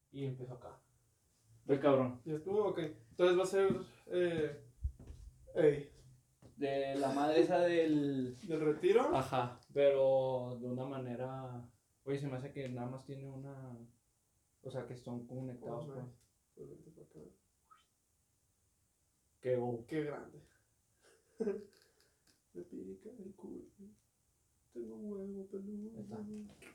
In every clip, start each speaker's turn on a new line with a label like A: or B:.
A: y empezó acá. Fue cabrón.
B: ¿Ya estuvo? Ok. Entonces va a ser... Ey,
A: De la madre esa del...
B: ¿del retiro?
A: Ajá, pero de una manera... Oye, se me hace que nada más tiene una... O sea, que están conectados,
B: Oh,
A: pues.
B: nice. Pues vente para acá.
A: Qué wow.
B: Qué grande. Me pica el culo. Tengo un huevo peludo.
A: Ahí está.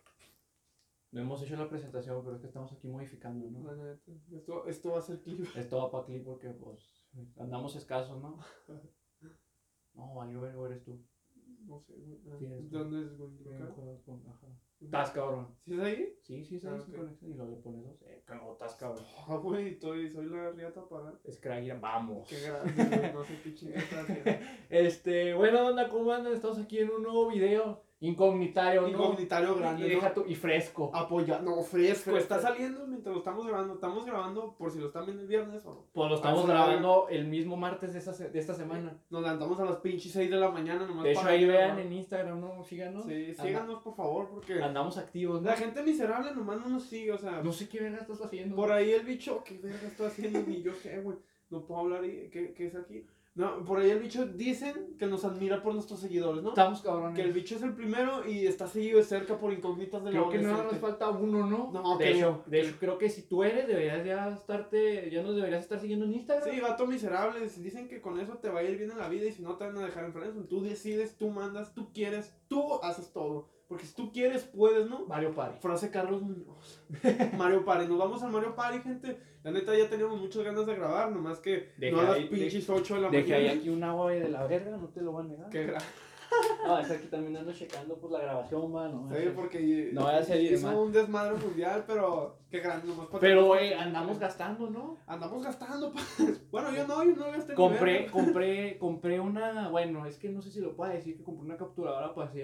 A: No hemos hecho la presentación, pero es que estamos aquí modificando, ¿no?
B: La neta. Esto va a ser clip.
A: Esto va para clip porque, pues, andamos escasos, ¿no? No, valió vergo, eres tú.
B: No sé, güey.
A: Sí, es
B: ¿De dónde es, güey?
A: Bien,
B: ¿Local?
A: juegas con- ajá. Estás cabrón.
B: ¿Sí es ahí?
A: Sí, sí, sí,
B: Ah,
A: sin
B: ok.
A: conexión. Y luego le pones dos. Cago, estás cabrón.
B: Ah, güey, soy la riata para...
A: Es Kragira, vamos.
B: Qué grande, güey. No sé qué chingada está haciendo.
A: Bueno, onda, ¿cómo andan? Estamos aquí en un nuevo video. Incognitario, ¿no?
B: Incognitario grande,
A: Y, deja
B: ¿no?
A: tu- y fresco.
B: Apoya, no, fresco,
A: Fresco.
B: está saliendo mientras lo estamos grabando. Estamos grabando por si lo están viendo el viernes o no.
A: Pues lo estamos
B: Ah, sí,
A: grabando el mismo martes de esta semana.
B: Nos levantamos a las pinches 6 de la mañana nomás
A: De hecho,
B: para
A: ahí
B: grabar.
A: vean en Instagram, ¿no? Síganos.
B: Sí, síganos por favor, porque
A: Andamos activos, ¿no?
B: la gente miserable nomás no nos sigue, o sea,
A: No sé qué verga estás haciendo.
B: por ahí el bicho, ¿qué verga estoy haciendo? Ni yo sé, güey, no puedo hablar, ¿qué es aquí? No, por ahí el bicho dicen que nos admira por nuestros seguidores, ¿no?
A: Estamos cabrones.
B: Que el bicho es el primero y está seguido de cerca por incógnitas de la
A: Creo que nada
B: adolescente.
A: nos falta uno, ¿no?
B: No,
A: de
B: creo-
A: hecho, creo que si tú eres, deberías ya nos deberías estar siguiendo en Instagram.
B: Sí, vato miserable, dicen que con eso te va a ir bien en la vida y si no te van a dejar en friendzone. Tú decides, tú mandas, tú quieres, tú haces todo. Porque si tú quieres, puedes, ¿no?
A: Mario Party.
B: Frase Carlos Muñoz. Mario Party, nos vamos al Mario Party, gente. La neta ya teníamos muchas ganas de grabar, nomás que
A: Deja
B: no a las
A: ahí-
B: pinches 8 de la
A: Dejé ahí
B: mañana.
A: aquí un agua de la verga, no te lo voy a negar.
B: Qué
A: No, es que aquí también ando checando pues la grabación, va, no.
B: Sí, porque
A: No vaya a salir
B: hizo
A: mal.
B: un desmadre mundial, pero qué grande, nomás para
A: Pero,
B: tener-
A: andamos gastando, ¿no?
B: Andamos gastando, Bueno, yo no gasté ni verga.
A: Compré una, bueno, es que no sé si lo puedo decir que compré una capturadora para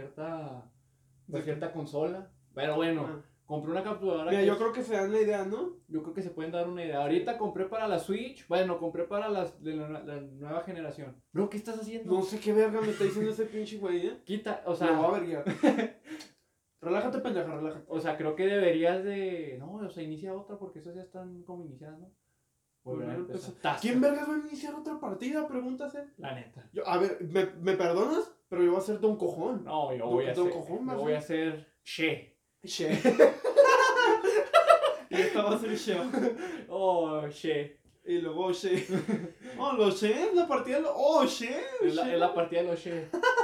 A: cierta consola. Pero bueno,
B: Ah.
A: compré una capturadora.
B: Mira,
A: que
B: yo
A: es-
B: creo que se dan la idea, ¿no?
A: Yo creo que se pueden dar una idea. Ahorita compré para la Switch. Bueno, compré para las de la nueva generación. Bro, ¿qué estás haciendo?
B: No sé qué verga me está diciendo ese pinche güey,
A: Quita, o
B: O sea, lo voy
A: sea,
B: a ver ya. Relájate, pendeja, relájate.
A: o sea, creo que deberías de. No, o sea, inicia otra porque esas ya están como iniciadas, ¿no? Volver a empezar. Tasca.
B: ¿Quién vergas va a iniciar otra partida? Pregúntase.
A: La neta.
B: Yo, a ver, ¿me perdonas? Pero yo voy a ser Don Cojón.
A: No, yo
B: Don-
A: voy a
B: Don
A: hacer.
B: Cojón,
A: Yo
B: más
A: voy a
B: bien.
A: hacer She.
B: Che. Y esta va a ser Che.
A: Oh, She.
B: Y luego Che. Oh, los Che, la partida de los... Oh, Che.
A: Es la partida de los She.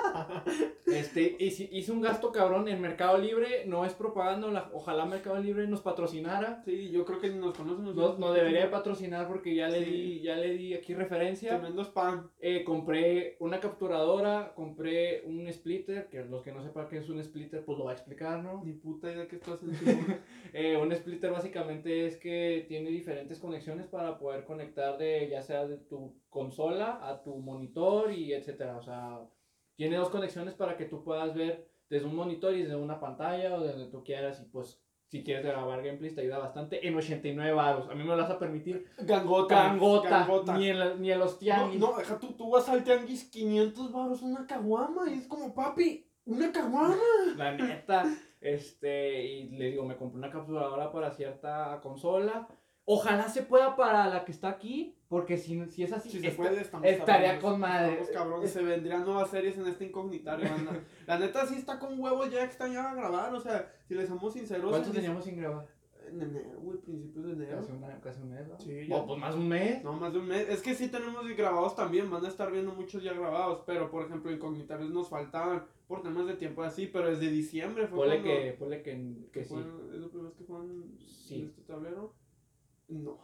A: Hice un gasto cabrón en Mercado Libre. No es propaganda. Ojalá Mercado Libre nos patrocinara.
B: Sí, yo creo que ni nos conocen.
A: No debería de patrocinar porque ya le
B: Sí.
A: di aquí referencia.
B: Tremendo spam.
A: Compré una capturadora, compré un splitter, que los que no sepan qué es un splitter, pues lo va a explicar, ¿no?
B: Ni puta idea que estás haciendo.
A: Un splitter básicamente es que tiene diferentes conexiones para poder conectar ya sea de tu consola a tu monitor y etcétera. O sea, tiene dos conexiones para que tú puedas ver desde un monitor y desde una pantalla o desde tú quieras y pues si quieres grabar gameplays te ayuda bastante en 89 baros. A mí me lo vas a permitir.
B: Gangota.
A: Gangota. Ni en los
B: No,
A: tianguis.
B: no, deja tú vas al tianguis 500 baros una caguama y es como, papi, una caguama.
A: La neta, y le digo, me compré una capturadora para cierta consola. Ojalá se pueda para la que está aquí, porque si es así,
B: Si se
A: esta-
B: puede, estamos
A: estaría
B: cabrones.
A: con madre.
B: Estamos cabrones, se vendrían nuevas series en este incognitario, banda. La neta sí está con huevos, ya extrañaba grabar, o sea, si les somos sinceros.
A: ¿Cuánto teníamos sin grabar?
B: En enero, güey, principios de enero.
A: Casi un mes, ¿no?
B: Sí, ya.
A: O pues más de un mes.
B: No, más de un mes. Es que sí tenemos grabados también, van a estar viendo muchos ya grabados, pero por ejemplo, incognitarios nos faltaban por temas de tiempo así, pero desde diciembre fue
A: Ponle
B: cuando...
A: que sí.
B: ¿Es lo primero que juegan
A: Sí.
B: en este tablero? No.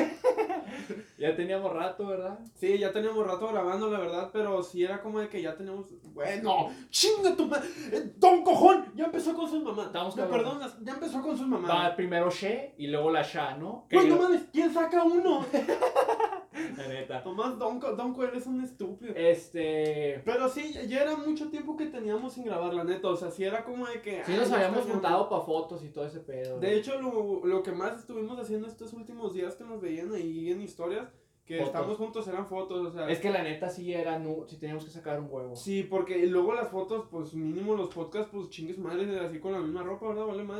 A: Ya teníamos rato, ¿verdad?
B: Sí, ya teníamos rato grabando, la verdad, pero sí era como de que ya teníamos... Bueno, chinga tu madre. Don Cojón, ya empezó con sus mamás.
A: Estamos
B: Me
A: cabrones.
B: perdonas, ya empezó con sus mamás.
A: Va primero She y luego la Sha, ¿no?
B: Güey, no mames, ¿quién saca uno?
A: La neta.
B: Tomás Donco, eres un estúpido.
A: Sí
B: Pero sí, ya era mucho tiempo que teníamos sin grabar, la neta. O sea, sí era como de que...
A: nos
B: ya
A: habíamos
B: extrañamos.
A: juntado para fotos y todo ese pedo.
B: De hecho, lo que más estuvimos haciendo estos últimos días que nos veían ahí en historias, que
A: Fotos.
B: estamos juntos, eran fotos, o sea...
A: Es que la neta sí sí teníamos que sacar un huevo.
B: Sí, porque luego las fotos, pues mínimo los podcasts, pues chingues madre, así con la misma ropa, ¿verdad? Vale madre.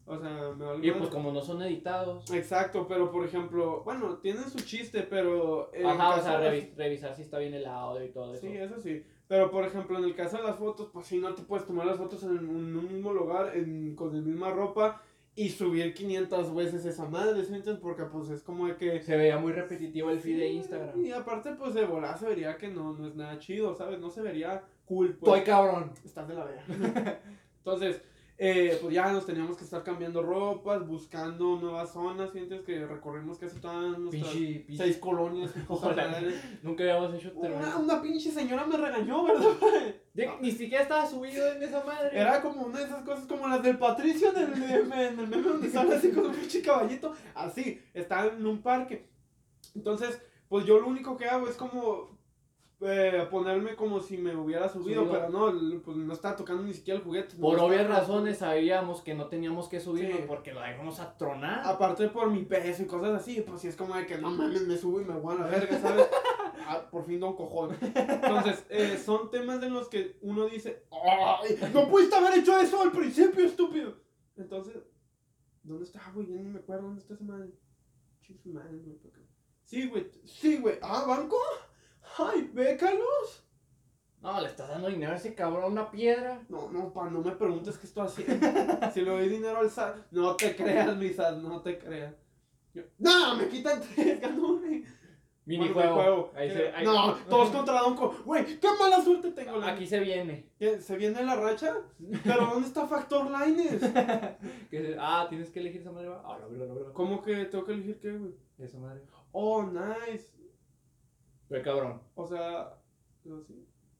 B: O sea, me vale
A: Y
B: madre.
A: pues como no son editados.
B: Exacto, pero por ejemplo, bueno, tienen su chiste, pero... en
A: Ajá, o
B: caso
A: sea,
B: de las-
A: revisar si está bien el audio y todo eso.
B: Sí, eso sí. Pero por ejemplo, en el caso de las fotos, pues sí, no te puedes tomar las fotos en un mismo lugar, con la misma ropa, y subir 500 veces esa madre, ¿sí? Entonces, porque pues es como de que...
A: Se veía muy repetitivo el feed de
B: Sí,
A: Instagram.
B: y aparte, pues de volada se vería que no es nada chido, ¿sabes? No se vería cool,
A: Estoy
B: pues.
A: cabrón.
B: Estás de la verga. Entonces, pues ya nos teníamos que estar cambiando ropas, buscando nuevas zonas, sientes que recorrimos casi todas nuestras
A: Pinche.
B: 6 colonias.
A: Ojalá. Nunca habíamos hecho
B: Una pinche señora me regañó, ¿verdad?
A: Ni siquiera estaba subido en esa madre.
B: Era como una de esas cosas como las del Patricio en el meme donde sale así con un pinche caballito. Así, está en un parque. Entonces, pues yo lo único que hago es como ponerme como si me hubiera subido, pero no, pues no estaba tocando ni siquiera el juguete.
A: Por
B: no
A: obvias
B: estaba-
A: razones sabíamos que no teníamos que subirnos
B: Sí.
A: porque lo dejamos a tronar.
B: Aparte por mi peso y cosas así, pues sí es como de que no mames, me subo y me voy a la verga, ¿sabes? Por fin don cojón. Entonces, son temas en los que uno dice, ¡ay! ¡No pudiste haber hecho eso al principio, estúpido! Entonces, ¿dónde está, güey? Ya ni me acuerdo dónde está esa madre. Chis madre, güey, ¿por qué? Sí, güey. ¿Ah, banco? ¡Ay, bécalos!
A: No, le estás dando dinero a ese cabrón una piedra.
B: No, no me preguntes qué estoy haciendo. Si le doy dinero al SAT, no te creas, mi SAT, no te creas. ¡No! Me quitan 3, ganó, güey.
A: Minijuego.
B: No, todos contra Donko. Güey, qué mala suerte tengo.
A: Aquí se viene.
B: ¿Se viene la racha? ¿Pero dónde está Factor Lines?
A: Tienes que elegir esa madre. La verdad.
B: ¿Cómo que tengo que elegir qué, güey?
A: Esa madre.
B: Oh, nice.
A: Pero cabrón.
B: O sea, ¿sí?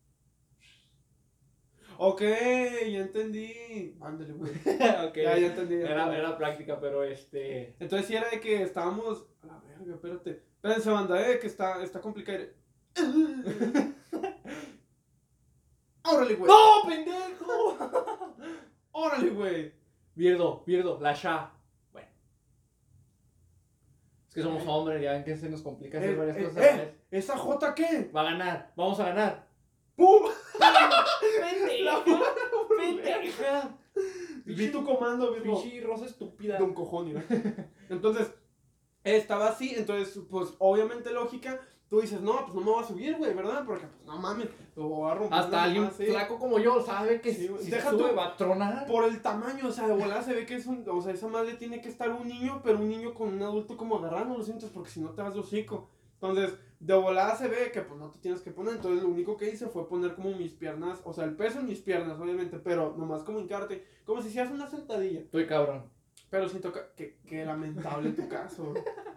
B: Ok, ya entendí. Ándale, güey.
A: Ok.
B: Ya entendí.
A: Era práctica, pero
B: Entonces sí era de que estábamos... A la verga, espérate. Espérense, banda, que está complicado. ¡Órale, güey!
A: ¡No, pendejo!
B: ¡Órale, güey!
A: Pierdo, la Sha. Bueno. Es que somos hombres, ya ven que se nos complica hacer varias cosas a la vez.
B: ¿Esa J qué?
A: Va a ganar, vamos a ganar.
B: ¡Pum!
A: ¡Pendeja!
B: Vi tu comando, Virgo.
A: Pinche rosa estúpida.
B: Don cojón, mira. Entonces, estaba así, entonces, pues, obviamente lógica, tú dices, no, pues no me voy a subir, güey, ¿verdad? Porque, pues, no mames, lo voy a romper.
A: Hasta alguien
B: más, sí.
A: flaco como yo sabe que
B: Sí,
A: si
B: deja
A: se sube
B: tú-
A: va a tronar.
B: Por el tamaño, o sea, de volada se ve que es o sea, esa madre tiene que estar un niño, pero un niño con un adulto como agarrando, lo sientes, porque si no te vas de hocico. Entonces, de volada se ve que pues no te tienes que poner, entonces lo único que hice fue poner como mis piernas, o sea, el peso en mis piernas, obviamente, pero nomás como hincarte, como si hicieras una sentadilla.
A: Estoy cabrón.
B: Pero siento que lamentable tu caso.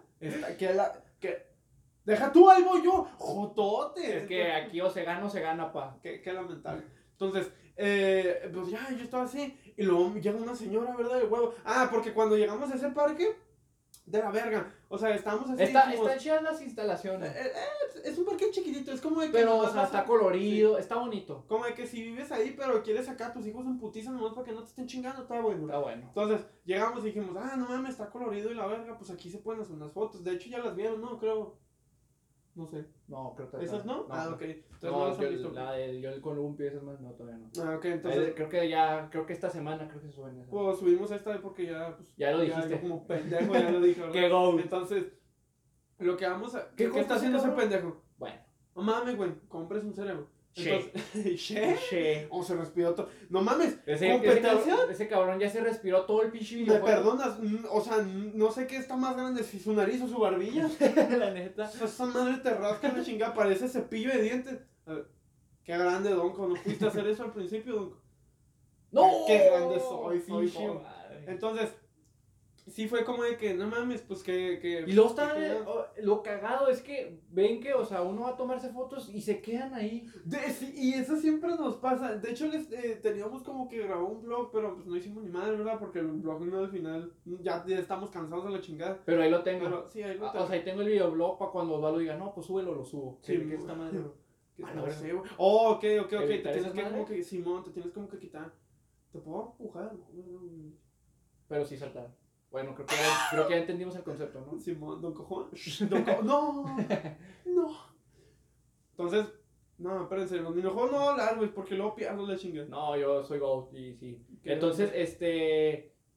B: Deja tú, ahí voy yo, jotote.
A: Es que aquí o se gana, pa.
B: Qué lamentable. Entonces, pues ya, yo estaba así. Y luego llega una señora, ¿verdad? De huevo. Porque cuando llegamos a ese parque, de la verga. O sea, estábamos así.
A: Están
B: dijimos,
A: chidas las instalaciones.
B: es un parque chiquitito, es como de que.
A: Pero, o
B: nomás
A: sea,
B: vas
A: está
B: a-
A: colorido, está bonito.
B: sí, como de que si vives ahí, pero quieres sacar a tus hijos en putiza nomás para que no te estén chingando, está bueno.
A: Está bueno.
B: Entonces, llegamos y dijimos, no mames, está colorido y la verga, pues aquí se pueden hacer unas fotos. De hecho, ya las vieron, ¿no? Creo. No sé.
A: No, creo que
B: ¿Esas no? Ok. Entonces no,
A: No,
B: las han visto.
A: la del yo el columpio, esas más, no, todavía no.
B: Ok, entonces.
A: Creo que esta semana creo que se suben esas.
B: Pues subimos esta porque ya. Pues,
A: Ya lo dijiste.
B: yo como pendejo ya lo dije, ¿verdad?
A: ¡Qué go!
B: Entonces, lo que vamos a.
A: ¿Qué
B: ¿Qué está haciendo ese
A: cabrón?
B: pendejo?
A: Bueno.
B: No mames, güey, compres un cerebro.
A: Che.
B: Entonces, ¿Che?
A: Che.
B: O se respiró todo. No mames,
A: Ese
B: ¿competencia?
A: cabrón ya se respiró todo el pinche
B: ¿Me
A: videojuego.
B: perdonas? O sea, no sé qué está más grande, si su nariz o su barbilla.
A: La neta.
B: Esa madre te rasca la chingada, parece cepillo de dientes. A ver, qué grande, Donko, ¿no pudiste hacer eso al principio, Donko?
A: ¡No!
B: Qué grande soy,
A: Pinche
B: hijo.
A: madre.
B: Entonces, sí fue como de que, no mames, pues que
A: Y luego está,
B: que-
A: lo cagado es que ven que, o sea, uno va a tomarse fotos y se quedan ahí.
B: Sí, y eso siempre nos pasa. De hecho, teníamos como que grabar un vlog, pero pues no hicimos ni madre, ¿verdad? Porque el vlog no al final, ya estamos cansados de la chingada.
A: Pero ahí lo tengo.
B: Pero sí, ahí lo
A: O sea, ahí tengo el videoblog para cuando Osvaldo diga, no, pues súbelo, lo subo.
B: Sí,
A: que esta madre. Ah,
B: no
A: no,
B: sé, güey. Oh, ok. Te
A: ¿Evitar
B: tienes
A: esas
B: que como
A: madres?
B: que, Simón, te tienes como que quitar. ¿Te puedo empujar? No.
A: Pero sí saltar. Bueno, creo que ya entendimos el concepto, ¿no?
B: Simón, Don Cojón. No. Entonces, no, espérense, los mejor no hablar, güey, porque luego pierdo la chingada.
A: No, yo soy GOAT y sí.
B: ¿Qué?
A: Entonces,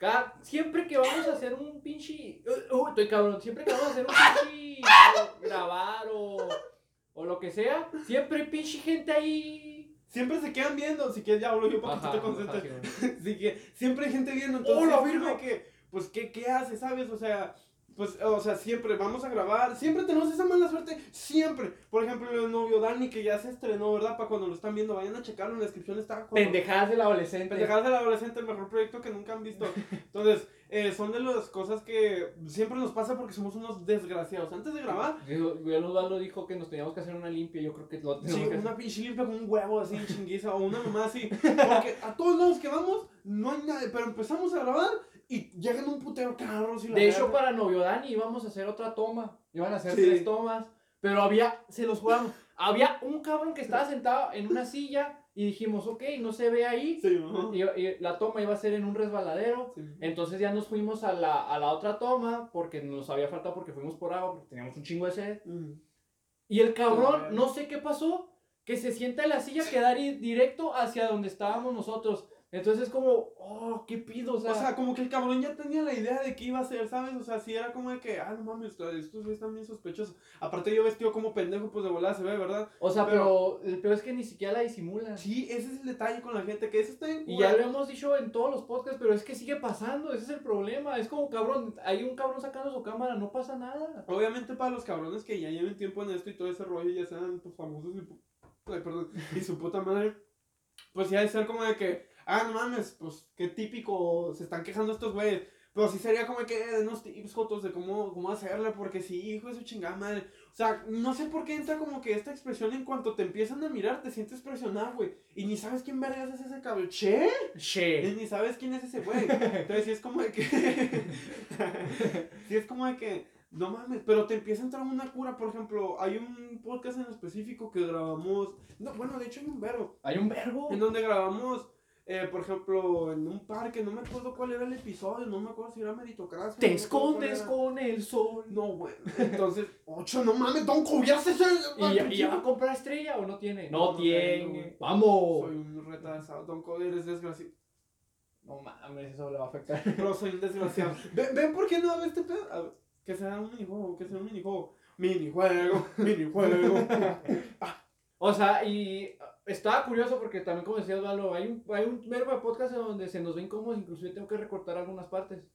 A: Siempre que vamos a hacer un pinche... estoy cabrón. Siempre que vamos a hacer un pinche... grabar o lo que sea, siempre hay pinche gente ahí.
B: Siempre se quedan viendo, si quieres ya hablo yo para que tú te concentres. Así que siempre hay gente viendo, entonces
A: la virga!
B: que, pues, ¿qué hace, sabes? O sea, pues, o sea, siempre vamos a grabar, siempre tenemos esa mala suerte, siempre. Por ejemplo, el novio Dani, que ya se estrenó, ¿verdad? Para cuando lo están viendo, vayan a checarlo, en la descripción está...
A: Pendejadas del adolescente.
B: Pendejadas del adolescente, el mejor proyecto que nunca han visto. Entonces, son de las cosas que siempre nos pasa porque somos unos desgraciados. Antes de grabar...
A: Osvaldo dijo que nos teníamos que hacer una limpia, yo creo que lo tenemos
B: Sí,
A: que
B: una pinche limpia con un huevo así, chinguiza, o una mamá así. Porque a todos lados que vamos, no hay nada, pero empezamos a grabar y llegan un putero carros y la
A: De hecho,
B: verga.
A: para Novio Dani íbamos a hacer otra toma. Iban a hacer
B: Sí.
A: 3 tomas. Pero se los juramos, había un cabrón que estaba sentado en una silla y dijimos, ok, no se ve ahí.
B: Sí, ajá.
A: Y la toma iba a ser en un resbaladero.
B: Sí.
A: Entonces ya nos fuimos a la otra toma porque nos había faltado porque fuimos por agua, porque teníamos un chingo de sed. Y el cabrón, no sé qué pasó, que se sienta en la silla que da directo hacia donde estábamos nosotros. Entonces es como, oh, ¿qué pido?
B: O sea, como que el cabrón ya tenía la idea de qué iba a hacer, ¿sabes? O sea, sí era como de que, no mames, estos están bien sospechosos. Aparte yo vestido como pendejo, pues de volada se ve, ¿verdad?
A: O sea, pero el peor es que ni siquiera la disimulan.
B: Sí, ese es el detalle con la gente, que eso está bien.
A: Y ya lo hemos dicho en todos los podcasts, pero es que sigue pasando, ese es el problema. Es como, cabrón, hay un cabrón sacando su cámara, no pasa nada.
B: Obviamente para los cabrones que ya lleven tiempo en esto y todo ese rollo, ya sean pues, famosos y su puta madre, pues ya de ser como de que, no mames, pues qué típico, se están quejando estos güeyes. Pero sí sería como de que denos tips, jotos, de cómo hacerle, porque sí, hijo de su chingada madre. O sea, no sé por qué entra como que esta expresión en cuanto te empiezan a mirar, te sientes presionado, güey. Y ni sabes quién vergas es ese cabrón. ¿Che? Y ni sabes quién es ese güey. Entonces sí es como de que... sí es como de que... No mames, pero te empieza a entrar una cura. Por ejemplo, hay un podcast en específico que grabamos... No, bueno, de hecho hay un verbo.
A: Hay un verbo.
B: En donde grabamos... por ejemplo, en un parque, no me acuerdo cuál era el episodio, no me acuerdo si era meritocracia.
A: Te
B: no
A: escondes con el sol.
B: No, güey. Entonces, 8, no mames, Don Cubias es el...
A: ¿Y ya va a comprar estrella o no tiene? No, tiene.
B: Tengo.
A: ¡Vamos!
B: Soy un retrasado, Don Cubias, eres desgraciado.
A: No mames, eso le va a afectar.
B: Pero soy un desgraciado. ¿Ven por qué no hago este pedo? A ver, que sea un minijuego, Minijuego.
A: O sea, y estaba curioso porque también, como decía Osvaldo, hay un verbo de podcast en donde se nos ven incómodos, inclusive tengo que recortar algunas partes.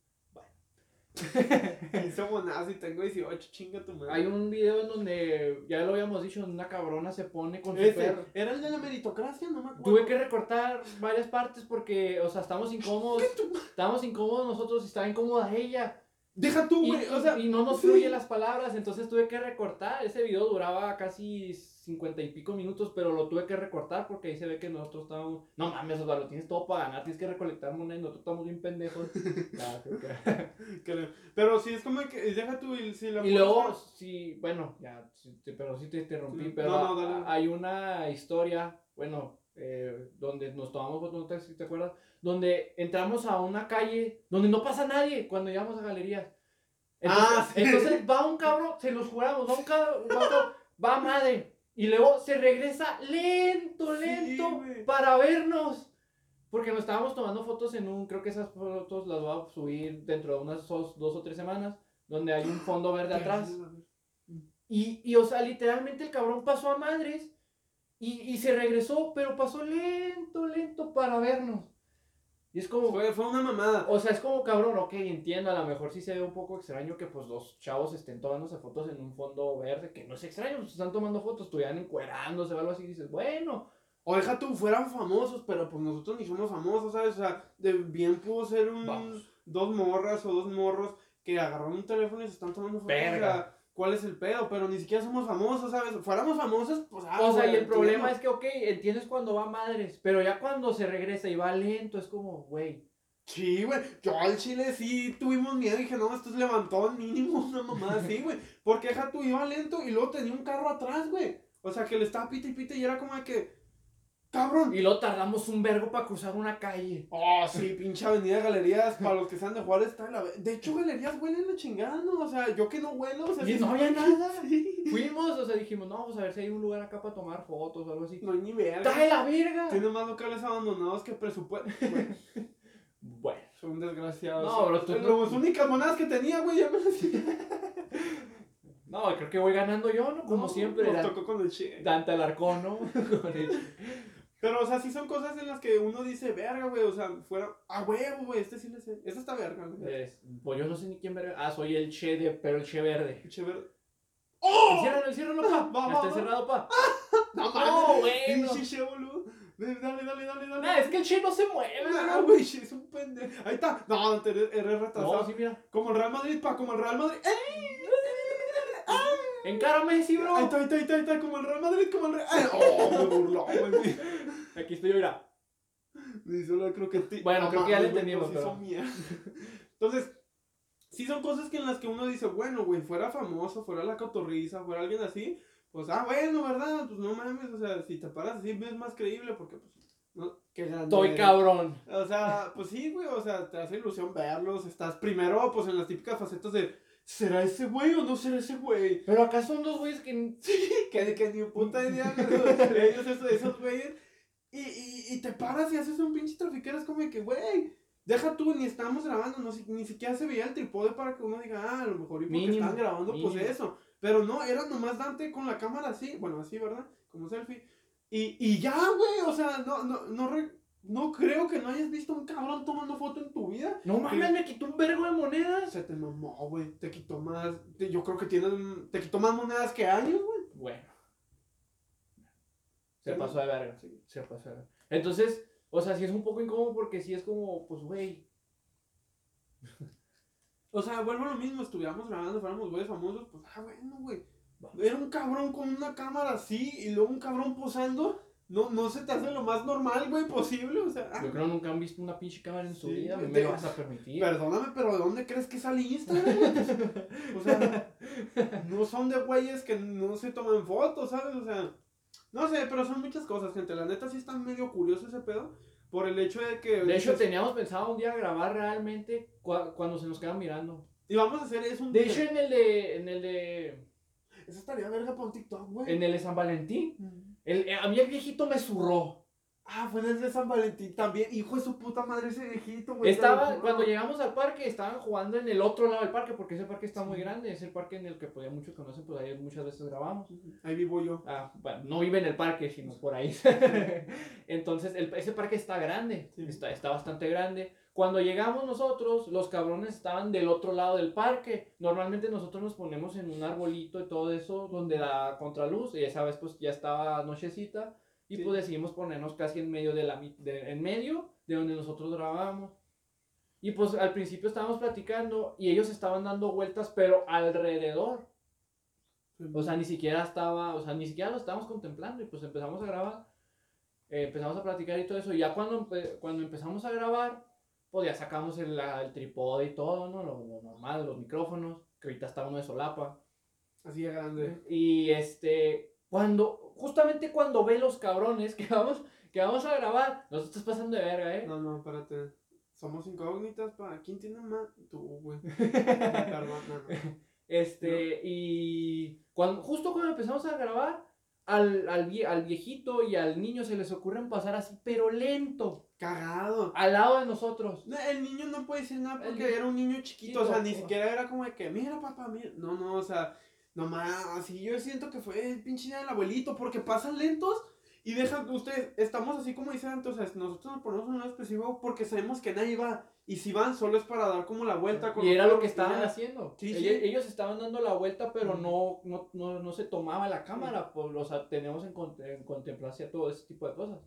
B: Y somos nazi, tengo 18, chinga tu madre.
A: Hay un video en donde, ya lo habíamos dicho, una cabrona se pone con su perro.
B: ¿Era el de la meritocracia? No me acuerdo.
A: Tuve que recortar varias partes porque, o sea, estábamos incómodos nosotros y estaba incómoda ella.
B: Deja tú, güey, o sea...
A: Y no nos fluyen las palabras, entonces tuve que recortar. Ese video duraba casi 50 y pico minutos, pero lo tuve que recortar porque ahí se ve que nosotros estábamos... No mames, Osvaldo, tienes todo para ganar, tienes que recolectar moneda y nosotros estamos bien pendejos.
B: Pero sí, es como que... Deja tú si la...
A: Y luego, sí, bueno, ya, pero sí te interrumpí,
B: Sí,
A: pero
B: dale.
A: hay una historia, bueno, donde nos tomamos fotos, no sé si te acuerdas, donde entramos a una calle donde no pasa nadie cuando llegamos a galerías. Entonces,
B: Sí.
A: entonces va un cabrón, se los juramos, va a madre, y luego se regresa lento,
B: Sí, güey.
A: para vernos. Porque nos estábamos tomando fotos creo que esas fotos las voy a subir dentro de unas 2 o 3 semanas, donde hay un fondo verde atrás. Y o sea, literalmente el cabrón pasó a madres y se regresó, pero pasó lento para vernos. Y es como...
B: Fue una mamada.
A: O sea, es como, cabrón, ok, entiendo, a lo mejor sí se ve un poco extraño que pues los chavos estén tomándose fotos en un fondo verde, que no es extraño, pues están tomando fotos, estuvieran encuerándose o algo así, y dices, bueno...
B: O deja tú, fueran famosos, pero pues nosotros ni somos famosos, ¿sabes? O sea, bien pudo ser dos morras o 2 morros que agarraron un teléfono y se están tomando fotos.
A: Verga.
B: O sea, ¿cuál es el pedo? Pero ni siquiera somos famosos, ¿sabes? Fuéramos famosos, pues...
A: o sea, y el problema es que, ok, entiendes cuando va madres, pero ya cuando se regresa y va lento, es como, güey.
B: Sí, güey, yo al chile sí tuvimos miedo y dije, no, esto es levantón mínimo, una mamada así, güey. Porque deja tú, iba lento y luego tenía un carro atrás, güey. O sea, que le estaba pita y pita y era como de que... ¡Cabrón!
A: Y luego tardamos un vergo para cruzar una calle.
B: Oh, sí, pinche avenida Galerías, para los que sean de Juárez, está la... De hecho, Galerías huelen la chingada, ¿no? O sea, yo que no huelo, o sea...
A: Y
B: sí,
A: no había nada.
B: Sí.
A: Fuimos, o sea, dijimos, no, vamos a ver si hay un lugar acá para tomar fotos o algo así.
B: No hay ni verga.
A: ¡Está de la verga!
B: Tiene más locales abandonados que presupuesto.
A: Bueno.
B: Soy un desgraciado.
A: No, bro, tú no.
B: Las únicas monedas que tenía, güey, ya me las...
A: No, creo que voy ganando yo, ¿no? Como
B: No,
A: siempre.
B: nos tocó con el Che.
A: Dante Alarcón, ¿no? Con el Che.
B: Pero, o sea, sí son cosas en las que uno dice, verga, güey, o sea, fuera... Ah, huevo, güey, este sí le sé. Esta está verga, güey.
A: Pues yo no sé ni quién verga. Ah, soy el Che pero el Che verde.
B: El Che verde. ¡Oh!
A: Enciérralo, pa.
B: Va,
A: Ya está
B: va.
A: encerrado, pa.
B: No,
A: No, bueno.
B: Pinche Che, boludo. Dale.
A: Nah, es que el Che no se mueve,
B: No, güey, Che es un pendejo. Ahí está. No, eres retrasado.
A: No, sí, mira.
B: Como el Real Madrid, pa, como el Real Madrid.
A: Encárame, sí, bro.
B: Ahí está, como el Real Madrid, como el Real... Oh, me burló, güey.
A: Aquí estoy yo, mira.
B: Me hizo la croquetita.
A: Bueno, creo que ya le
B: mames,
A: entendimos,
B: nos hizo
A: pero...
B: mierda. Entonces, sí son cosas que en las que uno dice, bueno, güey, fuera famoso, fuera la cotorriza, fuera alguien así, pues, bueno, ¿verdad? Pues no mames, o sea, si te paras así es más creíble porque, pues, no, qué grande
A: Estoy
B: eres.
A: cabrón.
B: O sea, pues sí, güey, o sea, te hace ilusión verlos, estás primero, pues, en las típicas facetas de, ¿será ese güey o no será ese güey?
A: Pero acá son dos güeyes que...
B: Que ni puta idea, ellos, esos güeyes, y te paras y haces un pinche trafiquero, es como de que, güey, deja tú, ni estábamos grabando, no, ni siquiera se veía el trípode para que uno diga, ah, a lo mejor y porque
A: Mínimo,
B: están grabando,
A: mínimo.
B: pues eso, pero no, era nomás Dante con la cámara así, bueno, así, ¿verdad? Como selfie, y ya, güey, o sea, no creo que no hayas visto un cabrón tomando foto en tu vida.
A: No mames, me quitó un vergo de monedas.
B: Se te mamó, güey, te quitó más, yo creo que te quitó más monedas que años, güey.
A: Bueno. Se
B: Sí.
A: pasó de verga.
B: Sí.
A: Se pasó de verga. Entonces, o sea, sí es un poco incómodo porque sí es como, pues, güey.
B: O sea, vuelvo a lo mismo, estuviéramos grabando, fuéramos güeyes famosos, pues, bueno, güey. Era un cabrón con una cámara así y luego un cabrón posando. No se te hace lo más normal, güey, posible, o sea.
A: Yo creo que nunca han visto una pinche cámara en su
B: Sí,
A: vida.
B: güey,
A: Me lo vas a permitir.
B: Perdóname, pero ¿de dónde crees que sale Instagram, güey? O sea, no son de güeyes que no se toman fotos, ¿sabes? O sea, no sé, pero son muchas cosas, gente. La neta sí está medio curioso ese pedo. Por el hecho de que...
A: De hecho, teníamos pensado un día grabar realmente cuando se nos quedan mirando.
B: Y vamos a hacer eso un
A: De
B: día.
A: hecho, en el de
B: Eso estaría verga para un TikTok, güey.
A: En el de San Valentín, a mí el viejito me zurró.
B: Ah, fue en el de San Valentín también. Hijo de su puta madre ese viejito, güey.
A: Cuando llegamos al parque, estaban jugando en el otro lado del parque, porque ese parque está muy grande, es el parque en el que pues, ya muchos conocen, pues ahí muchas veces grabamos.
B: Ahí vivo yo.
A: Ah, bueno, no vive en el parque, sino por ahí. Entonces, ese parque está grande,
B: Sí.
A: está bastante grande. Cuando llegamos nosotros, los cabrones estaban del otro lado del parque. Normalmente nosotros nos ponemos en un arbolito y todo eso, donde da contraluz, y esa vez pues ya estaba nochecita. Y
B: Sí.
A: pues decidimos ponernos casi en medio en medio de donde nosotros grabábamos. Y pues al principio estábamos platicando y ellos estaban dando vueltas, pero alrededor. O sea, ni siquiera lo estábamos contemplando y pues empezamos a grabar. Empezamos a platicar y todo eso. Y ya cuando empezamos a grabar, pues ya sacamos el trípode y todo, ¿no? Lo normal, los micrófonos, que ahorita está uno de solapa.
B: Así de grande.
A: Y justamente cuando ve los cabrones que vamos a grabar, nos estás pasando de verga,
B: No, espérate. Somos incógnitas para... ¿Quién tiene más? Tú, güey. Perdón, no.
A: Y justo cuando empezamos a grabar, al viejito y al niño se les ocurren pasar así, pero lento,
B: Cagado.
A: al lado de nosotros.
B: No, el niño no puede decir nada porque
A: El
B: era un niño chiquito. O sea, ni
A: chiquito.
B: siquiera era como de que, mira, papá, mira. No, o sea... Nomás, así yo siento que fue el pinche día del abuelito, porque pasan lentos y dejan, ustedes, estamos así como dicen antes, o sea, nosotros nos ponemos en un lado específico porque sabemos que nadie va, y si van solo es para dar como la vuelta.
A: Y era lo que estaban haciendo.
B: Sí,
A: Ellos estaban dando la vuelta, pero no se tomaba la cámara, pues, o sea, tenemos en contemplación todo ese tipo de cosas.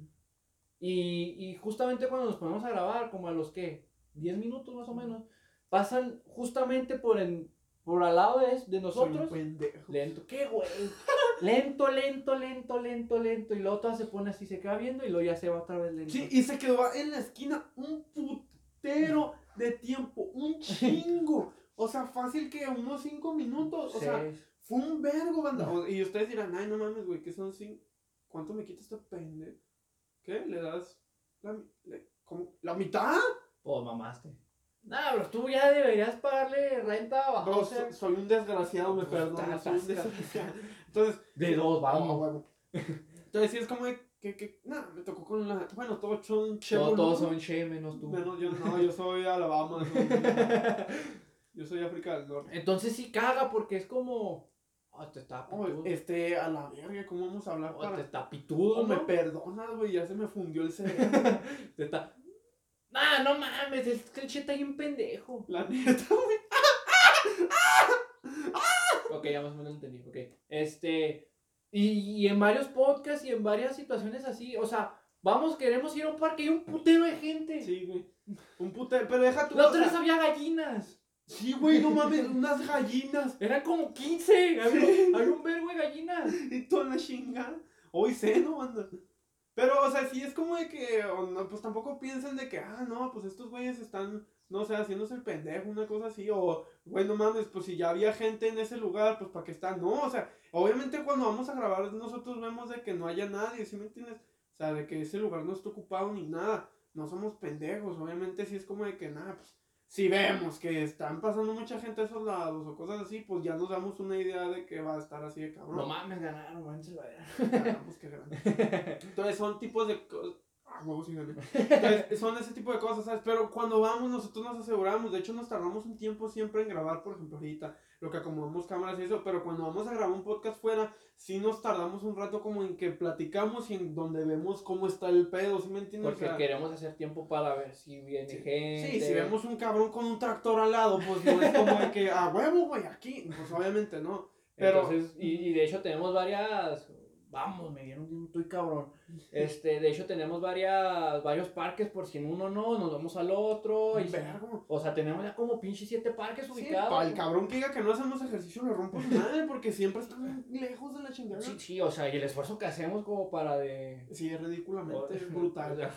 A: Y justamente cuando nos ponemos a grabar, como a los que 10 minutos más o menos, pasan justamente por al lado de nosotros.
B: Soy un pendejo.
A: Lento, ¿qué güey? Lento. Y luego toda se pone así, se queda viendo y luego ya se va otra vez lento.
B: Sí, y se quedó en la esquina un putero de tiempo, un chingo. O sea, fácil que unos 5 minutos. O sea, fue un vergo, banda. Y ustedes dirán, ay, no mames, güey, ¿qué son 5? ¿Cuánto me quita este pendejo? ¿Qué? ¿Le das la mitad?
A: Pues mamaste. Nah, pero tú ya deberías pagarle renta baja.
B: Bro,
A: O sea,
B: soy un desgraciado, me
A: pues,
B: perdonas.
A: estás-
B: Soy un desgraciado. Entonces,
A: de dos, vamos.
B: bueno. Entonces, sí es como de Nada, me tocó con la... Bueno, todos son
A: Todos son Che, menos tú.
B: Menos yo, no, yo soy Alabama. Yo soy África del Norte.
A: Entonces sí caga porque es como... te está pitudo.
B: A la verga, ¿cómo vamos a hablar
A: Te está pitudo,
B: ¿no?
A: ¿no?
B: Me perdonas, güey, ya se me fundió el cerebro.
A: Te está... Nah, no mames, es que el Che está bien pendejo.
B: La neta, güey.
A: Ok, ya más o menos lo entendí, ok. Y en varios podcasts y en varias situaciones así, o sea, queremos ir a un parque y hay un putero de gente.
B: Sí, güey. Un putero, pero deja tú.
A: La otra vez había gallinas.
B: Sí, güey, no mames, unas gallinas.
A: Eran como 15. Había un vergo de gallinas.
B: Y toda la chingada. Hoy sé, ¿no, banda? Pero, o sea, sí es como de que, no, pues tampoco piensen de que, no, pues estos güeyes están, no sé, haciéndose el pendejo, una cosa así, o, güey, no mames, pues si ya había gente en ese lugar, pues para qué están, no, o sea, obviamente cuando vamos a grabar nosotros vemos de que no haya nadie, ¿sí me entiendes? O sea, de que ese lugar no está ocupado ni nada, no somos pendejos, obviamente sí es como de que, nada, pues, si vemos que están pasando mucha gente a esos lados o cosas así, pues ya nos damos una idea de que va a estar así de cabrón.
A: No mames, ganaron, manches, vaya.
B: Ganamos, que grande. Entonces son tipos de cosas. Huevos y gané. Entonces son ese tipo de cosas, ¿sabes? Pero cuando vamos, nosotros nos aseguramos. De hecho, nos tardamos un tiempo siempre en grabar, por ejemplo, ahorita, lo que acomodamos cámaras y eso. Pero cuando vamos a grabar un podcast fuera, sí nos tardamos un rato como en que platicamos y en donde vemos cómo está el pedo, ¿sí me entiendes?
A: Porque queremos hacer tiempo para ver si viene gente.
B: Sí, si vemos un cabrón con un tractor al lado, pues no es como de que, huevo, güey, aquí. Pues obviamente no. Pero,
A: entonces, y de hecho tenemos varias... Vamos, me dieron un estoy cabrón. De hecho tenemos varios parques por si en uno no, nos vamos al otro. O sea, tenemos ya como pinche 7 parques ubicados.
B: Para el cabrón que diga que no hacemos ejercicio le rompo su madre porque siempre están lejos de la chingada.
A: Sí, o sea, y el esfuerzo que hacemos como para de...
B: Sí, es ridículamente brutal.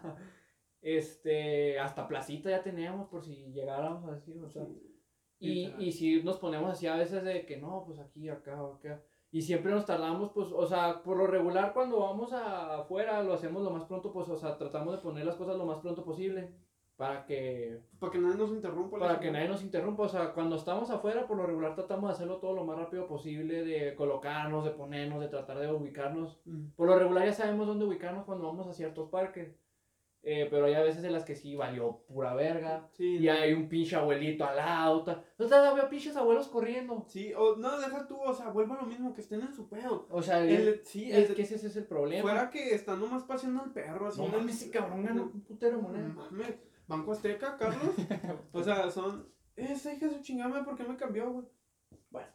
A: Hasta placita ya tenemos por si llegáramos así, o sea.
B: Sí.
A: Y si nos ponemos así a veces de que no, pues aquí, acá. Y siempre nos tardamos, pues, o sea, por lo regular cuando vamos afuera lo hacemos lo más pronto, pues, o sea, tratamos de poner las cosas lo más pronto posible para que
B: nadie nos interrumpa.
A: Para que nadie nos interrumpa, o sea, cuando estamos afuera por lo regular tratamos de hacerlo todo lo más rápido posible, de colocarnos, de ponernos, de tratar de ubicarnos. Por lo regular ya sabemos dónde ubicarnos cuando vamos a ciertos parques. Pero hay a veces en las que sí valió pura verga.
B: Sí,
A: y hay un pinche abuelito al lado. O sea, veo pinches abuelos corriendo.
B: Sí, o no, deja tú, o sea, vuelva lo mismo, que estén en su pedo.
A: O sea,
B: que
A: ese es el problema.
B: Fuera que están nomás paseando al perro. Así
A: no mames, ese cabrón ganó un putero moneda.
B: No mames, Banco Azteca, Carlos. O sea, son... Esa hija de su chingada, ¿por qué me cambió, güey?
A: Bueno.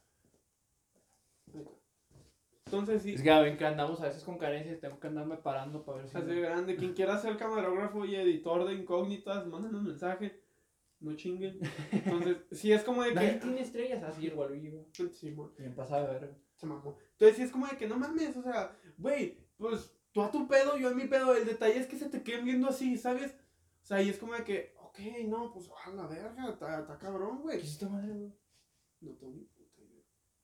B: Entonces sí.
A: Es que ven que andamos a veces con carencias, tengo que andarme parando para ver si...
B: Así de grande. Quien quiera ser camarógrafo y editor de incógnitas, mándanos un mensaje. No chinguen. Entonces, sí es como de que...
A: Nadie tiene estrellas, así el Gualullo.
B: Sí, man.
A: Bien pasado de ver.
B: Se mamó. Entonces sí es como de que no mames, o sea, güey, pues tú a tu pedo, yo a mi pedo. El detalle es que se te queden viendo así, ¿sabes? O sea, y es como de que, ok, no, pues a la verga, está cabrón, güey.
A: ¿Qué hiciste madre, güey?
B: No tengo ni puta idea.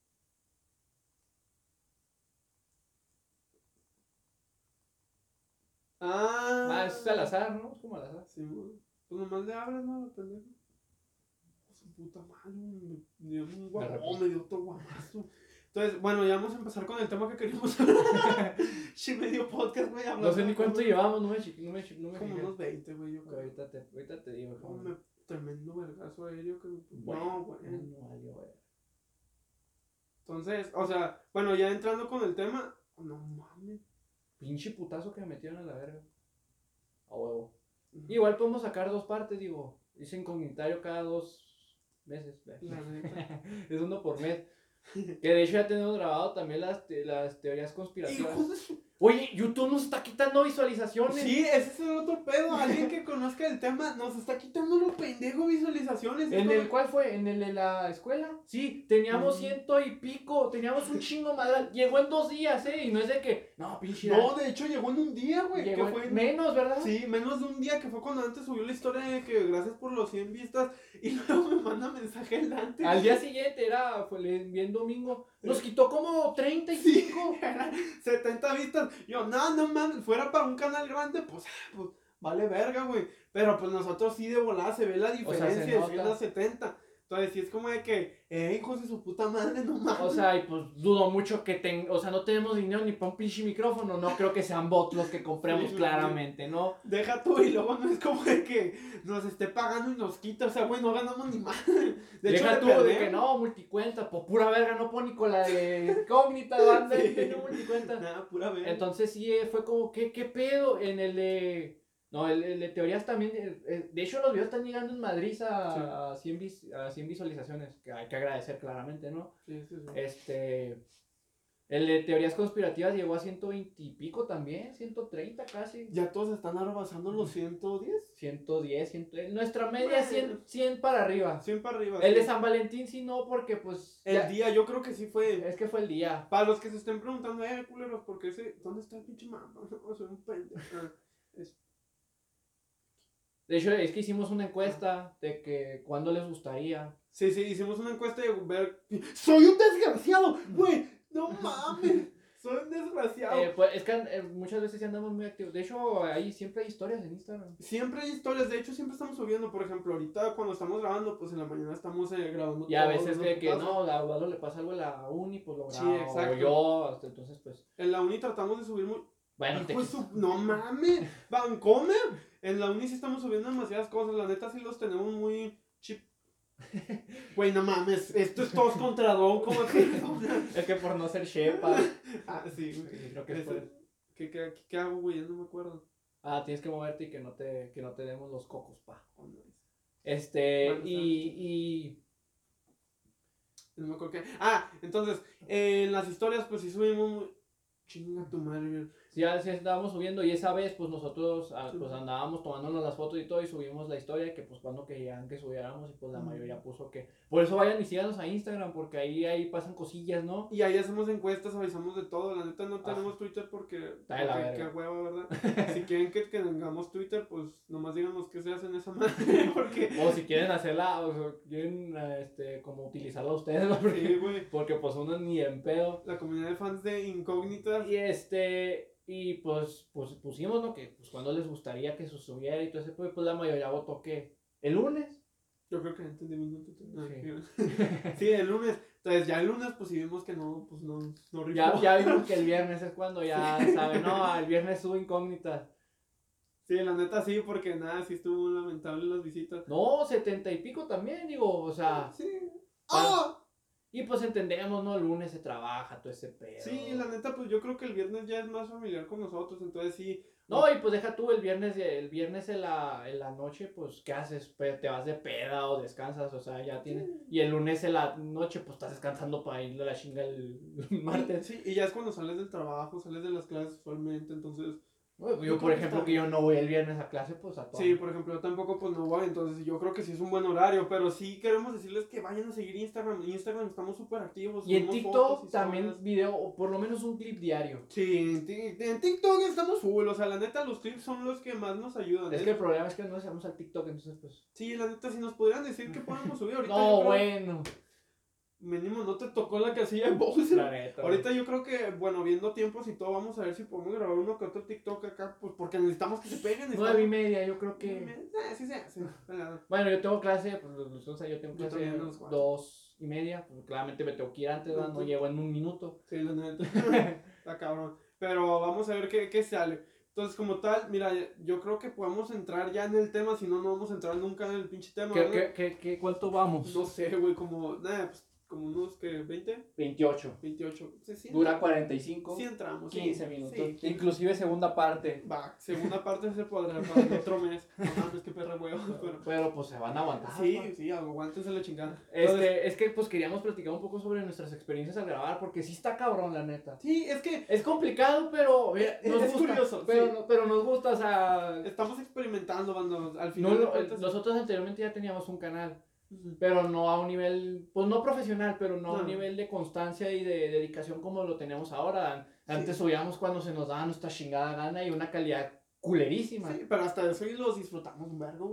A: Es al azar, ¿no? Es como al azar.
B: Sí, güey. Pues nomás le abres, ¿no? Pendejo. Su puta madre, me dio un guamón, me dio otro guamazo. Entonces, bueno, ya vamos a empezar con el tema que queríamos hablar. Sí, medio podcast, güey.
A: No sé ni cuánto llevamos, no me
B: como
A: fijé.
B: unos 20, güey, yo creo.
A: Ahorita te digo.
B: Tremendo vergazo aéreo que...
A: Bueno,
B: no, güey.
A: No valió, güey.
B: Entonces, o sea, bueno, ya entrando con el tema, no mames.
A: Pinche putazo que me metieron a la verga. A huevo. Igual podemos sacar 2 partes, digo. Hice incognitario cada 2 meses.
B: La neta.
A: Es uno por mes. Que de hecho ya tenemos grabado también las teorías conspirativas.
B: Hijos de su...
A: Oye, YouTube nos está quitando visualizaciones.
B: Sí, ese es el otro pedo. Alguien que conozca el tema nos está quitando los pendejos visualizaciones.
A: ¿Cuál fue? ¿En el de la escuela? Sí, teníamos 100 y pico, teníamos un chingo madral. Llegó en 2 días, y no es de que, no, pinche.
B: No, de hecho llegó en un día, güey.
A: Llegó
B: fue
A: menos, ¿verdad?
B: Sí, menos de un día, que fue cuando antes subió la historia de que gracias por los 100 vistas. Y luego me manda mensaje el Dante.
A: Al día siguiente le envié en domingo. Nos quitó como 35.
B: Sí, 70 vistas. Yo, no mames, fuera para un canal grande, pues vale verga, güey. Pero pues nosotros sí de volada se ve la diferencia, de 100 a 70. Entonces, sí es como de que, hijos de su puta madre, no mames.
A: O sea, y pues dudo mucho que o sea, no tenemos dinero ni para un pinche micrófono, no creo que sean bots los que compremos
B: Sí,
A: claramente, ¿no?
B: Deja tú y luego no es como de que nos esté pagando y nos quita, o sea, güey, no ganamos ni madre. De hecho,
A: Deja
B: le
A: tú de
B: perdemos.
A: que no, multicuenta, por pura verga, no puedo ni con la de incógnita, banda,
B: Sí.
A: tiene multicuenta.
B: Nada, pura verga.
A: Entonces sí, fue como, ¿qué pedo? En el de... No, el de teorías también, de hecho los videos están llegando en Madrid a 100 visualizaciones, que hay que agradecer claramente, ¿no?
B: Sí, sí, sí.
A: El de teorías conspirativas llegó a 120 y pico también, 130 casi.
B: Ya todos están rebasando los 110.
A: 110, 100, nuestra media es 100 para arriba.
B: 100 para arriba.
A: El
B: sí.
A: de San Valentín sí no, porque pues...
B: El
A: ya-
B: día, yo creo que sí fue.
A: Es que fue el día.
B: Para los que se estén preguntando, culeros, ¿por qué ese? ¿Dónde está el pinche mapa? No, soy un pendejo.
A: De hecho, es que hicimos una encuesta de que cuándo les gustaría.
B: Sí, hicimos una encuesta de ver. ¡Soy un desgraciado! ¡Güey! ¡No mames! ¡Soy un desgraciado!
A: Pues es que muchas veces sí andamos muy activos. De hecho, ahí siempre hay historias en Instagram.
B: Siempre hay historias, de hecho siempre estamos subiendo, por ejemplo, ahorita cuando estamos grabando, pues en la mañana estamos grabando.
A: Y a
B: todos
A: veces
B: los
A: de que
B: putazos.
A: no, a Osvaldo le pasa algo en la uni, pues lo
B: Sí,
A: grabo.
B: exacto.
A: O yo, hasta entonces pues...
B: En la uni tratamos de subir muy...
A: Bueno,
B: Hijo de su- No mames, Vancomer. En la uni sí estamos subiendo demasiadas cosas, la neta sí los tenemos muy chip. Güey, no mames, esto es todos contra Don, como que...
A: Es que por no ser shepa.
B: Ah, sí, güey.
A: Sí, creo que es por eso.
B: ¿Qué hago, güey? Ya no me acuerdo.
A: Tienes que moverte y que no te demos los cocos, pa.
B: Oh, nice.
A: Este,
B: Bueno,
A: y
B: No me acuerdo qué. Entonces, en las historias, pues sí subimos muy... Chinga tu madre, güey.
A: sí, así estábamos subiendo y esa vez pues nosotros
B: Sí.
A: pues andábamos tomándonos las fotos y todo y subimos la historia que pues cuando querían que subiéramos y pues la
B: Mm.
A: mayoría puso que... Por eso vayan y síganos a Instagram porque ahí pasan cosillas, ¿no?
B: Y ahí hacemos encuestas, avisamos de todo. La neta no tenemos Twitter porque
A: Está de la
B: qué
A: verga.
B: hueva, ¿verdad? Si quieren que tengamos Twitter, pues nomás díganos qué se hace en esa madre. Porque,
A: O si quieren hacerla, o sea, quieren como utilizarla ustedes, ¿no? Porque,
B: sí, güey.
A: porque pues uno ni en pedo.
B: La comunidad de fans de Incógnitas.
A: Y pues pusimos, ¿no? Que pues cuando les gustaría que se subiera y todo ese pues la mayoría votó que el lunes.
B: Yo creo que ya entendimos un Twitter.
A: Sí.
B: Sí, el lunes. Entonces ya el lunes pues si vimos que no, pues no rifó.
A: Ya vimos que el viernes es cuando ya saben, no, el viernes subo incógnitas.
B: Sí, la neta sí, porque nada, sí estuvo muy lamentable las visitas.
A: No, 70 y pico también, digo, o sea.
B: Sí.
A: ¡Ah! Y pues entendemos, ¿no? El lunes se trabaja, todo ese pedo.
B: Sí, la neta, pues yo creo que el viernes ya es más familiar con nosotros, entonces sí.
A: No, y pues deja tú el viernes en la noche, pues, ¿qué haces? Te vas de peda o descansas, o sea, ya tienes. Y el lunes en la noche, pues, estás descansando para ir a la chinga el martes.
B: Sí, y ya es cuando sales del trabajo, sales de las clases usualmente, entonces...
A: Bueno,
B: Yo
A: yo, por
B: creo que
A: ejemplo,
B: está
A: que yo no voy el viernes a clase, pues, a todo.
B: Sí, por ejemplo, yo tampoco pues no voy, entonces yo creo que sí es un buen horario, pero sí queremos decirles que vayan a seguir Instagram. En Instagram estamos súper activos.
A: Y en
B: subimos
A: TikTok
B: fotos,
A: también
B: historias.
A: video, o por lo menos un clip diario.
B: Sí, en TikTok estamos full, o sea, la neta los clips son los que más nos ayudan.
A: Es que el problema es que no hacemos al TikTok, entonces, pues...
B: Sí, la neta, si nos pudieran decir que podemos subir ahorita.
A: No,
B: yo creo-
A: bueno.
B: Mínimo, no te tocó la casilla de Bowser.
A: La neta,
B: Ahorita yo creo que, bueno, viendo tiempos y todo, vamos a ver si podemos grabar uno que otro TikTok acá, pues porque necesitamos que se peguen.
A: 9:30, yo creo que...
B: Sí, sí.
A: Bueno, yo tengo clase, pues o sea, yo tengo
B: Yo
A: clase
B: también a las 4.
A: 2:30, pues claramente me tengo que ir antes, ¿verdad? No
B: Ujú.
A: llego en un minuto.
B: Sí, la neta. Está cabrón. Pero vamos a ver qué sale. Entonces, como tal, mira, yo creo que podemos entrar ya en el tema, si no, no vamos a entrar nunca en el pinche tema. ¿verdad?
A: ¿Cuánto vamos?
B: No sé, güey, como, nada, pues, como unos, que 20,
A: 28.
B: 28. Sí,
A: Dura 45,
B: Sí entramos. sí.
A: 15 minutos.
B: Sí.
A: Inclusive segunda parte.
B: Va, segunda parte se podrá para el otro mes. No mames, qué perra huevo.
A: Pero pues se van a aguantar.
B: Sí,
A: ¿no?
B: sí, aguántense la chingada. Entonces,
A: Es que pues queríamos platicar un poco sobre nuestras experiencias al grabar, porque sí está cabrón, la neta.
B: sí, es que
A: Es complicado, pero mira, nos
B: Es
A: gusta.
B: curioso,
A: pero,
B: sí.
A: pero nos gusta, o sea...
B: estamos experimentando, cuando al
A: No,
B: final de cuentas-
A: nosotros anteriormente ya teníamos un canal.
B: Ujú.
A: Pero no a un nivel, pues no profesional, pero no a
B: No.
A: un nivel de constancia y de dedicación como lo tenemos ahora. Antes
B: Sí.
A: subíamos cuando se nos daba nuestra chingada gana y una calidad culerísima.
B: Sí, pero hasta eso y los disfrutamos un vergo, güey.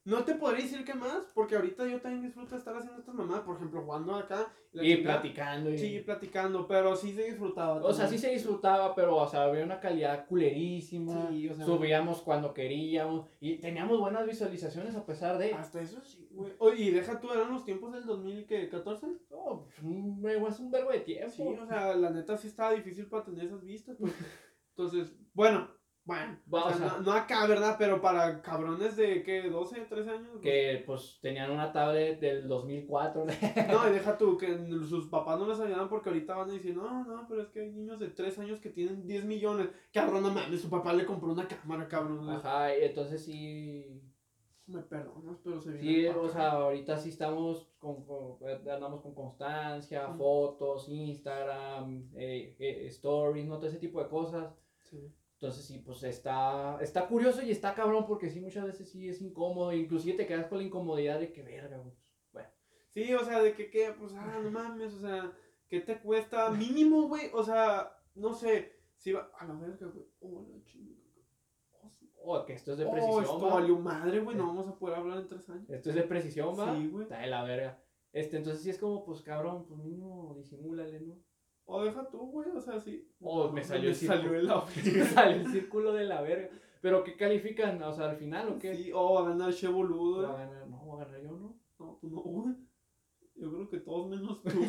B: No te podría decir qué más, porque ahorita yo también disfruto estar haciendo estas mamadas, por ejemplo, jugando acá.
A: Y platicando.
B: Sí, platicando, pero sí se disfrutaba.
A: O sea, sí se disfrutaba, pero, o sea, había una calidad culerísima.
B: Sí, o sea,
A: subíamos cuando queríamos. Y teníamos buenas visualizaciones a pesar de.
B: hasta eso sí, güey. Oye, y deja tú, eran los tiempos del 2014.
A: No, es un verbo de tiempo.
B: Sí, o sea, la neta sí estaba difícil para tener esas vistas, pues. Entonces, bueno, o sea, no acá, ¿verdad? Pero para cabrones de, ¿qué? 12, 13 años. Pues.
A: Que, pues, tenían una tablet del 2004.
B: No, y deja tú, que sus papás no les ayudan porque ahorita van a decir, no, pero es que hay niños de 3 años que tienen 10 millones. Cabrón, no mames, su papá le compró una cámara, cabrón.
A: Ajá, y entonces sí.
B: Me perdonas, pero se viene.
A: Sí, o sea, ahorita sí estamos andamos con constancia, fotos, Instagram, stories, ¿no? Todo ese tipo de cosas.
B: Sí.
A: Entonces sí, pues está curioso y está cabrón porque sí, muchas veces sí es incómodo, inclusive te quedas con la incomodidad de que verga, güey. Bueno.
B: Sí, o sea, de que, pues, no mames, o sea, ¿qué te cuesta? Mínimo, güey, o sea, no sé, si va, a la verga, güey, la chingada.
A: Que esto es de precisión,
B: esto
A: ¿va?
B: valió madre, güey, no vamos a poder hablar en 3 años.
A: Esto es de precisión, ¿va?
B: Sí, güey.
A: Está de la verga. Entonces sí es como, pues, cabrón, pues mínimo disimúlale, ¿no?
B: O deja tú, güey, o sea, sí.
A: Me salió el
B: me
A: salió el círculo de la verga. ¿Pero qué califican? O sea, al final, ¿o qué?
B: Sí, va a ganar Che Boludo.
A: Va a ganar, no, va a ganar yo, ¿no?
B: No, tú no, güey. Yo creo que todos menos tú.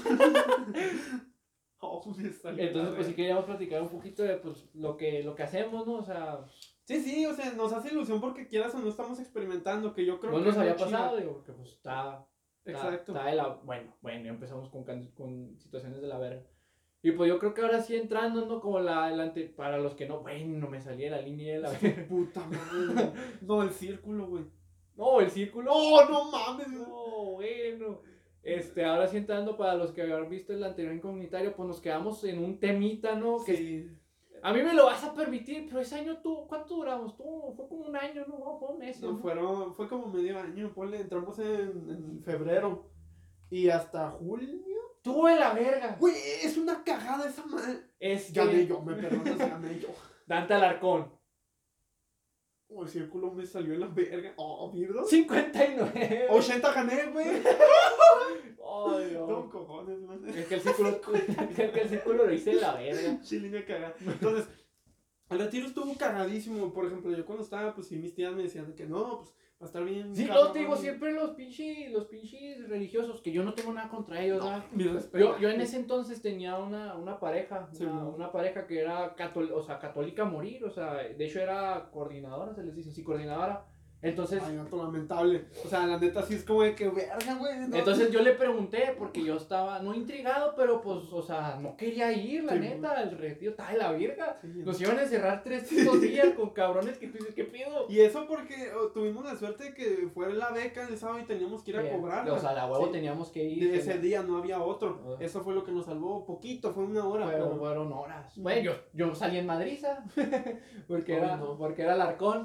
B: Me salió.
A: Entonces, pues sí queríamos platicar un poquito de, pues, lo que hacemos, ¿no? O sea...
B: Sí, o sea, nos hace ilusión porque quieras o no estamos experimentando, que yo creo
A: no
B: que
A: nos
B: es
A: había
B: muy chido.
A: pasado, digo, porque pues está
B: Exacto.
A: de la... Bueno, empezamos con situaciones de la verga. Y pues yo creo que ahora sí entrando, ¿no? Como para los que no, bueno, me salía la línea de la verga.
B: Puta madre. No, el círculo, güey.
A: No, el círculo.
B: No mames.
A: No, bueno. Ahora sí entrando para los que habían visto el anterior incognitario, pues nos quedamos en un temita, ¿no? Que
B: Sí.
A: a mí me lo vas a permitir, pero ese año ¿cuánto duramos? Fue como un año, ¿no? Fue un mes,
B: No,
A: ¿no?
B: fue como medio año, ponle, entramos en febrero. Y hasta julio.
A: Tú de la verga.
B: Güey, es una cagada esa madre. Gané yo, me perdonas, gané yo.
A: Dante Alarcón.
B: El círculo me salió en la verga. ¿Mierda?
A: 59.
B: 80 gané, güey.
A: Ay, no.
B: No, cojones, man.
A: Es que el círculo lo hice en la verga.
B: Chilina cagada. Entonces, el retiro estuvo cagadísimo. Por ejemplo, yo cuando estaba, pues sí, mis tías me decían que no, pues va a estar bien.
A: Sí,
B: cabrón.
A: no, te digo, siempre los pinches religiosos, que yo no tengo nada contra ellos, ¿verdad?
B: Mi respeto.
A: Yo en ese entonces tenía una pareja,
B: Sí,
A: una pareja que era católica a morir, o sea, de hecho era coordinadora, se les dice, sí, coordinadora. Entonces,
B: Ay, gato, lamentable. O sea, la neta sí es como de que verga, güey. No.
A: Entonces yo le pregunté, porque yo estaba, no intrigado, pero pues, o sea, no quería ir, la neta, el retiro está de la virga.
B: Sí,
A: Nos iban a encerrar 3 putos días con cabrones que tú dices, ¿qué pido?
B: Y eso porque tuvimos la suerte de que fue la beca el sábado y teníamos que ir a cobrar.
A: O sea, la huevo
B: Sí.
A: teníamos que ir.
B: De ese día no había otro. Eso fue lo que nos salvó poquito, fue 1 hora.
A: Pero fueron horas. Bueno, yo salí en Madriza, porque
B: Ay,
A: era Alarcón.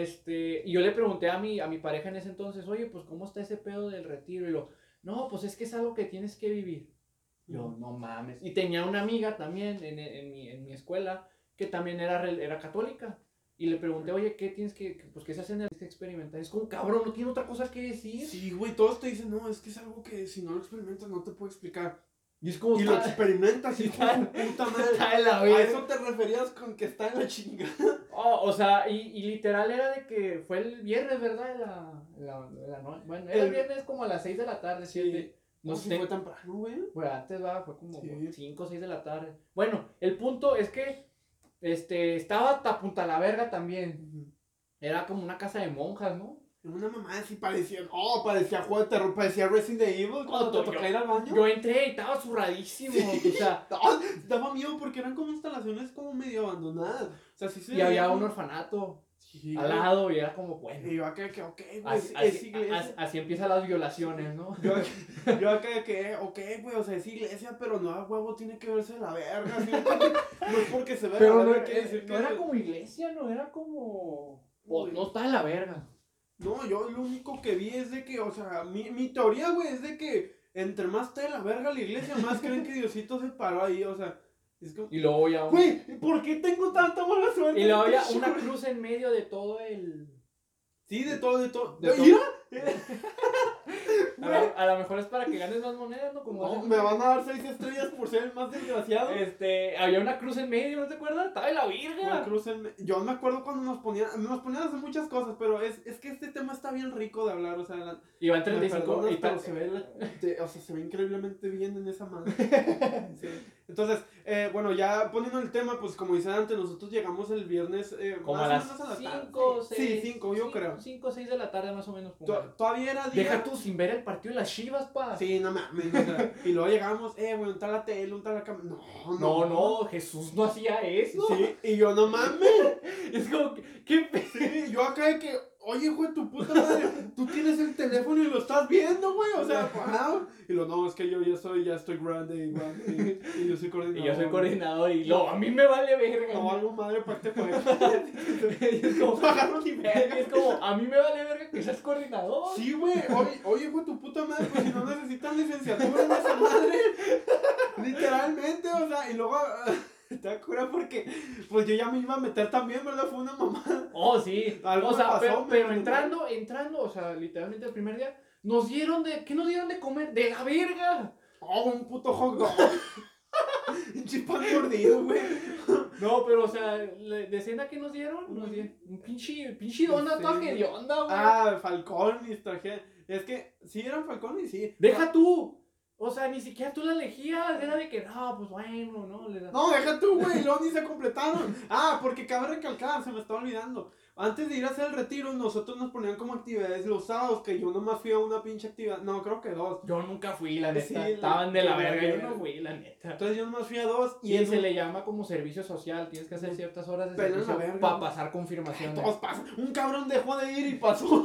A: Y yo le pregunté a mi pareja en ese entonces, oye, pues, ¿cómo está ese pedo del retiro? Y no, pues es que es algo que tienes que vivir. Yo, no mames. Y tenía una amiga también en mi escuela que también era católica. Y le pregunté, oye, ¿qué tienes pues, qué se hace en el experimental? Es como, cabrón, no tiene otra cosa que decir.
B: Sí, güey, todos te dicen, no, es que es algo que si no lo experimentas no te puedo explicar.
A: Y es como,
B: Y lo experimentas, hijo de puta madre.
A: Está de la
B: ¿A
A: verga.
B: eso te referías con que está en la chingada?
A: O sea, y literal era de que fue el viernes, ¿verdad? Bueno, era el viernes como a las 6 de la tarde, 7.
B: No sé si fue temprano, güey.
A: Pues antes fue como
B: Sí.
A: 5 o 6 de la tarde. Bueno, el punto es que estaba hasta punta la verga también. Era como una casa de monjas, ¿no?
B: Una mamá así parecía, parecía juego de terror, parecía Resident Evil cuando te toca ir al baño.
A: Yo entré y estaba zurradísimo, o sea.
B: Daba miedo porque eran como instalaciones como medio abandonadas. O sea, sí se
A: Y había
B: veía
A: un orfanato
B: sí,
A: al lado y era como, bueno.
B: Y yo acá que, ok, güey, es iglesia.
A: Así empiezan las violaciones, ¿no?
B: Yo acá que, ok, güey, o sea, es iglesia, pero no a huevo tiene que verse la verga. ¿Sí? No es porque se vea
A: Pero
B: la
A: no,
B: verga, quiere decir
A: no
B: que
A: era como iglesia, no era como. Pues, no está en la verga.
B: No, yo lo único que vi es de que, o sea, mi teoría, güey, es de que entre más esté la verga la iglesia, más creen que Diosito se paró ahí, o sea, es como...
A: Y luego ya...
B: Güey, ¿por qué tengo tanta mala suerte?
A: Y luego había una cruz en medio de todo el...
B: Sí, de todo.
A: De todo.
B: Mira,
A: A lo mejor es para que ganes más monedas, ¿no? Como
B: No,
A: hacen-
B: me van a dar 6 estrellas por ser el más desgraciado.
A: Había una cruz en medio, ¿no te acuerdas? Estaba de la
B: Una
A: virga.
B: cruz yo me acuerdo cuando nos ponían a hacer muchas cosas, pero es que este tema está bien rico de hablar, o sea,
A: Y van
B: me
A: 35
B: perdonas,
A: y
B: pero
A: tal.
B: se ve increíblemente bien en esa madre. Sí. Entonces, bueno, ya poniendo el tema, pues como dice antes, nosotros llegamos el viernes
A: Como
B: más
A: a
B: o
A: las
B: menos a la tarde.
A: 5 o 6.
B: Sí, 5, yo creo.
A: 5 o 6 de la tarde más o menos. Póngale.
B: Todavía era día.
A: Deja tú sin ver el partido de las Chivas, pa.
B: Sí, no mames. O sea, y luego llegamos, güey, un tal la tele, un tal la cámara.
A: No, Jesús no hacía eso.
B: Sí, y yo, no mames.
A: Es como, ¿qué
B: Sí, yo acá de que, oye, hijo de tu puta madre, tú tienes el teléfono y lo estás viendo, güey. O sea, wow. Y lo, no, es que yo ya estoy grande igual. Y yo soy coordinador.
A: Y yo soy coordinador y a mí me vale verga.
B: No, algo madre para este juego.
A: Y es como,
B: No agarro ni verga.
A: es como, a mí me vale verga que seas coordinador.
B: Sí, güey. Oye, hijo de tu puta madre, pues si no necesitan licenciatura en esa madre. Literalmente, o sea, y luego. Te cura porque pues yo ya me iba a meter también, ¿verdad? Fue una mamada.
A: Oh, sí.
B: Algo
A: O sea,
B: pasó,
A: pero
B: me-
A: entrando, o sea, literalmente el primer día, ¿qué nos dieron de comer? ¡De la verga!
B: Oh, un puto hot dog. Un chipán mordido, güey.
A: No, pero, o sea, de cena que nos dieron, un pinche dona
B: Sí.
A: toda hedionda, güey.
B: Ah, Falcón y traje. Es que sí eran Falcón y sí.
A: Deja tú. O sea, ni siquiera tú la elegías. Era de que, no, pues bueno, no.
B: No, deja tú, güey, luego ni se completaron. Ah, porque cabe recalcar, se me estaba olvidando. Antes de ir a hacer el retiro, nosotros nos ponían como actividades los sábados, que yo nomás fui a una pinche actividad. No, creo que 2.
A: Yo nunca fui, la neta.
B: Sí,
A: Estaban de la
B: que
A: verga.
B: la
A: Yo
B: verga.
A: no fui, la neta.
B: Entonces yo nomás fui a 2
A: Y
B: en
A: se
B: un-
A: le llama como servicio social. Tienes que hacer ciertas horas de
B: Pelan la
A: servicio
B: verga.
A: para pasar confirmaciones.
B: Todos pasan. Un cabrón dejó de ir y pasó.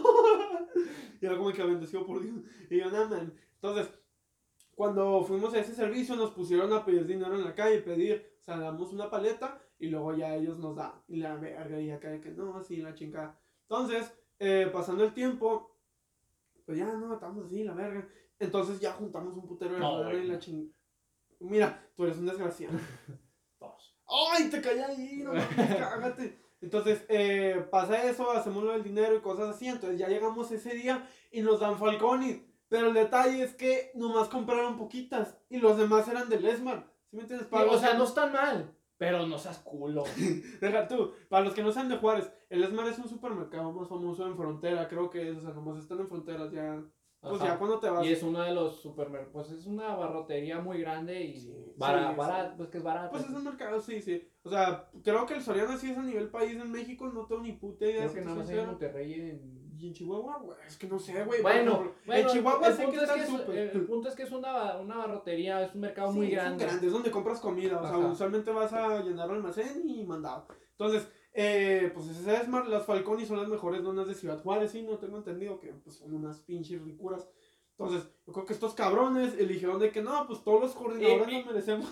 B: Y era como que bendecido por Dios. Y yo, nada, man. Entonces, cuando fuimos a ese servicio, nos pusieron a pedir dinero en la calle, pedir. O sea, damos una paleta y luego ya ellos nos dan. Y la verga, y acá de que no, así, la chingada. Entonces, pasando el tiempo, pues ya no, estamos así, la verga. Entonces ya juntamos un putero de
A: No,
B: lana y
A: güey.
B: la chingada. Mira, tú eres un desgraciado.
A: Todos.
B: ¡Ay, te caí ahí! No mames, cágate. Entonces, pasa eso, hacemos lo del dinero y cosas así. Entonces ya llegamos ese día y nos dan Falconis. Pero el detalle es que nomás compraron poquitas y los demás eran del Esmar. ¿Sí me entiendes?
A: Sí, o sea, no están mal, pero no seas culo.
B: Deja tú, para los que no sean de Juárez, el Esmar es un supermercado más famoso en frontera, creo que es, o sea, nomás están en fronteras ya. Pues
A: Ajá.
B: ya cuando te vas.
A: Y es uno de los supermercados, pues es una barrotería muy grande y
B: Sí,
A: barato,
B: sí.
A: pues que es barato.
B: Pues es un mercado, sí, sí. O sea, creo que el Soriana sí es a nivel país en México, no tengo ni puta idea.
A: Creo
B: si
A: que
B: te
A: nada más
B: soy
A: hay en
B: sincero.
A: Monterrey en...
B: Y en Chihuahua, güey, es que no sé, güey.
A: Bueno,
B: por ejemplo, en Chihuahua sé que
A: punto
B: está
A: es
B: el súper.
A: el punto es que es una barrotería, es un mercado
B: Sí,
A: muy
B: son
A: grande.
B: grandes, donde compras comida, o sea,
A: Ajá.
B: usualmente vas a llenar el almacén y mandado. Entonces, pues ese es Smart, las Falconi son las mejores donas de Ciudad Juárez, sí, no tengo entendido que pues, son unas pinches ricuras. Entonces, yo creo que estos cabrones eligieron de que no, pues todos los coordinadores nos merecemos,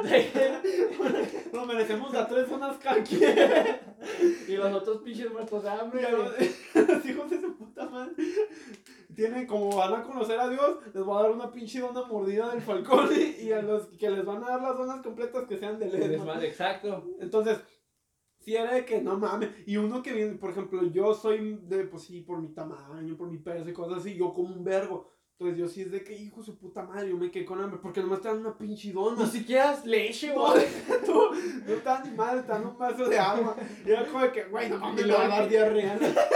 B: nos merecemos a 3 zonas cada quien.
A: Y los otros pinches muertos de hambre.
B: Los hijos de su puta madre tienen, como van a conocer a Dios, les va a dar una pinche dona mordida del Falcón y a los que les van a dar las donas completas que sean del Esmar.
A: Exacto.
B: Entonces, si era de que no mames. Y uno que viene, por ejemplo, yo soy de, pues sí, por mi tamaño, por mi peso y cosas así, yo como un vergo. Entonces yo sí es de que, hijo de su puta madre, yo me quedé con hambre, porque nomás te dan una pinche dona.
A: Ni siquiera es leche,
B: No,
A: güey.
B: no te dan ni madre, te dan un vaso de agua. Y era como de que, güey, no mames,
A: Y
B: me va a
A: luego
B: dar diarrea.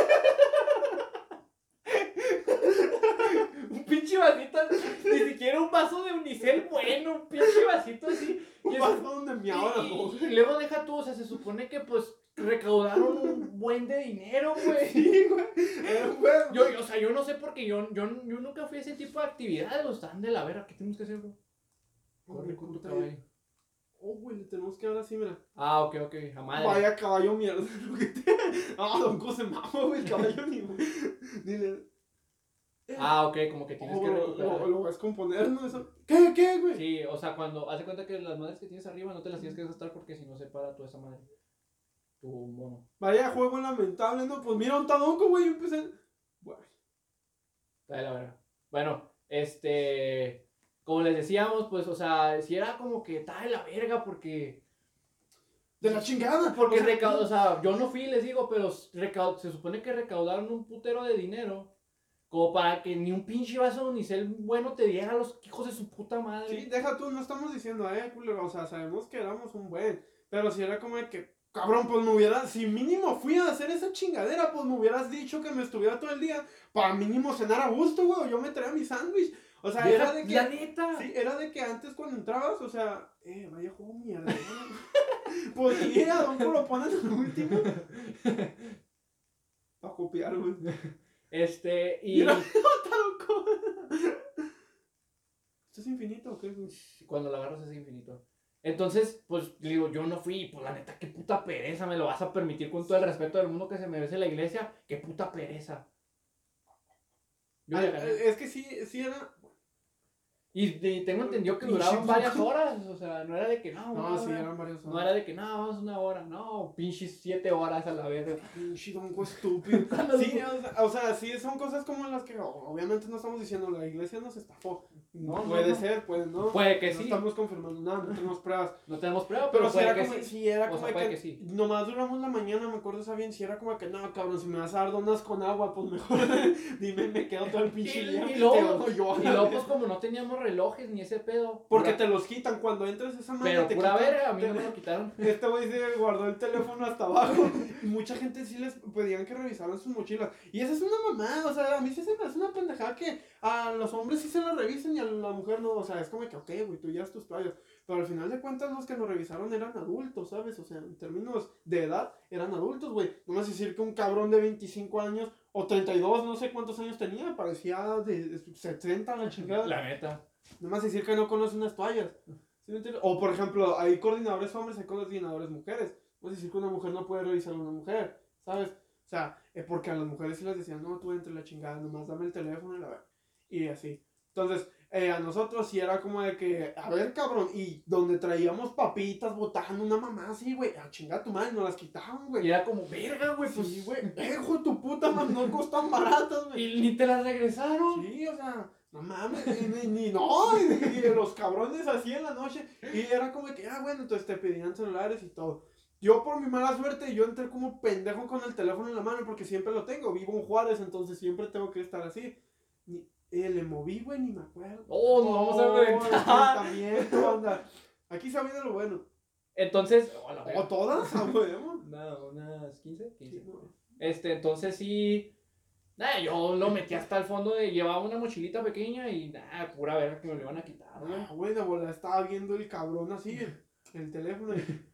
A: Un pinche vasito, ni siquiera un vaso de unicel bueno, un pinche vasito así.
B: Un
A: Y,
B: vaso donde me ahora,
A: y luego deja tú, o sea, se supone que pues recaudaron un buen de dinero, güey.
B: Sí, güey. Era un vergo.
A: O sea, yo no sé porque yo nunca fui a ese tipo de actividades, o están de la verga, ¿qué tenemos que hacer, güey? Corre con tu
B: puta,
A: caballo.
B: Oh, güey, le tenemos que dar así, mira.
A: Ah, ok, a madre.
B: Vaya caballo mierda. Lo que te... Ah, don Co se mama, güey, el caballo ni... Dile...
A: Ah, ok, como que tienes que recuperar.
B: Lo vas a componer, ¿no? Eso... ¿Qué, güey?
A: Sí, o sea, cuando hace cuenta que las madres que tienes arriba no te las tienes que gastar porque si no se para toda esa madre. Tu mono.
B: Vaya juego lamentable, ¿no? Pues mira un tadonco, güey, yo empecé... Bueno,
A: Está de la verga. Bueno, como les decíamos, pues, o sea, si era como que está de la verga porque...
B: de la chingada.
A: Porque
B: o sea,
A: o sea, yo no fui, les digo, pero se supone que recaudaron un putero de dinero como para que ni un pinche vaso de unicel bueno te diera a los hijos de su puta madre.
B: Sí, deja tú, no estamos diciendo, culero, o sea, sabemos que éramos un buen, pero si era como de que, cabrón, pues me hubiera, si mínimo fui a hacer esa chingadera, pues me hubieras dicho que me estuviera todo el día, para mínimo cenar a gusto, güey, o yo me traía mi sándwich, o sea, era de que,
A: la neta.
B: sí, era de que antes cuando entrabas, o sea, vaya juego mierda, ¿no? Pues sí, a Don lo pones en el último, para copiar, güey.
A: Y...
B: Mira, está loco. ¿Esto es infinito o qué, güey?
A: Cuando lo agarras es infinito. Entonces, pues, digo, yo no fui, pues la neta, qué puta pereza, me lo vas a permitir con todo el respeto del mundo que se merece la iglesia, qué puta pereza. Yo ya gané.
B: Es que sí era...
A: Y tengo entendido que
B: Pinche
A: duraban varias
B: buco.
A: horas, o sea, no era de que no,
B: No,
A: una
B: sí,
A: hora.
B: eran varias
A: No
B: horas.
A: era de que no, vamos una hora, no, pinches 7 horas a la vez.
B: Pinche dongo estúpido. Sí, o sea, sí, son cosas como las que obviamente no estamos diciendo, la iglesia nos estafó.
A: No,
B: puede
A: no.
B: ser, puede no.
A: Puede que
B: no
A: sí.
B: estamos confirmando nada, no tenemos pruebas.
A: No tenemos prueba,
B: Pero
A: pero
B: si
A: puede
B: era
A: que
B: como,
A: sí.
B: si era
A: O
B: como
A: sea,
B: de
A: puede
B: que
A: que sí.
B: nomás duramos la mañana, me acuerdo esa bien, si era como que no, cabrón, si me vas a dar donas con agua, pues mejor dime, me quedo todo el pinche día.
A: Y luego,
B: te dono yo.
A: y luego, pues como no teníamos relojes ni ese pedo.
B: Porque
A: pura-
B: te los quitan cuando entras a esa madre.
A: Pero
B: te
A: pura
B: quitan,
A: verga, a mí no me lo quitaron.
B: Este güey se guardó el teléfono hasta abajo. Y mucha gente sí les pedían que revisaran sus mochilas. Y esa es una mamada. O sea, a mí sí se me hace una pendejada que a los hombres sí se la revisen y a la mujer no. O sea, es como que, ok, güey, tú llevas tus toallas. Pero al final de cuentas, los que nos revisaron eran adultos, ¿sabes? O sea, en términos de edad, eran adultos, güey. No más decir que un cabrón de 25 años o 32, no sé cuántos años tenía, parecía de 70 la chingada.
A: La neta.
B: No más decir que no conoce unas toallas. ¿Sí me entiendes? O por ejemplo, hay coordinadores hombres, hay coordinadores mujeres. No es decir que una mujer no puede revisar a una mujer, ¿sabes? O sea, porque a las mujeres sí les decían, no, tú entre la chingada, nomás dame el teléfono y la verdad. Y así. Entonces, a nosotros sí era como de que, a ver, cabrón, y donde traíamos papitas botando una mamá así, güey, a chingar tu madre, nos las quitaban, güey.
A: Y era como, verga, güey, pues.
B: Sí, güey, hijo de tu puta madre, no costan baratas, güey.
A: Y ni te las regresaron.
B: Sí, o sea, no mames, y los cabrones así en la noche. Y era como que, bueno, entonces te pedían celulares y todo. Yo por mi mala suerte, yo entré como pendejo con el teléfono en la mano porque siempre lo tengo. Vivo en Juárez, entonces siempre tengo que estar así. Le moví, güey, ni me acuerdo.
A: Oh, nos vamos a enfrentar.
B: También, onda. Aquí se viene lo bueno.
A: Entonces,
B: O todas, a huevo.
A: Nada, unas 15.
B: Sí, no.
A: Entonces sí. Nada, yo lo metí hasta el fondo llevaba una mochilita pequeña y nada, pura verga que me lo iban a quitar, güey.
B: Güey, de bola, estaba viendo el cabrón así, el teléfono. Y,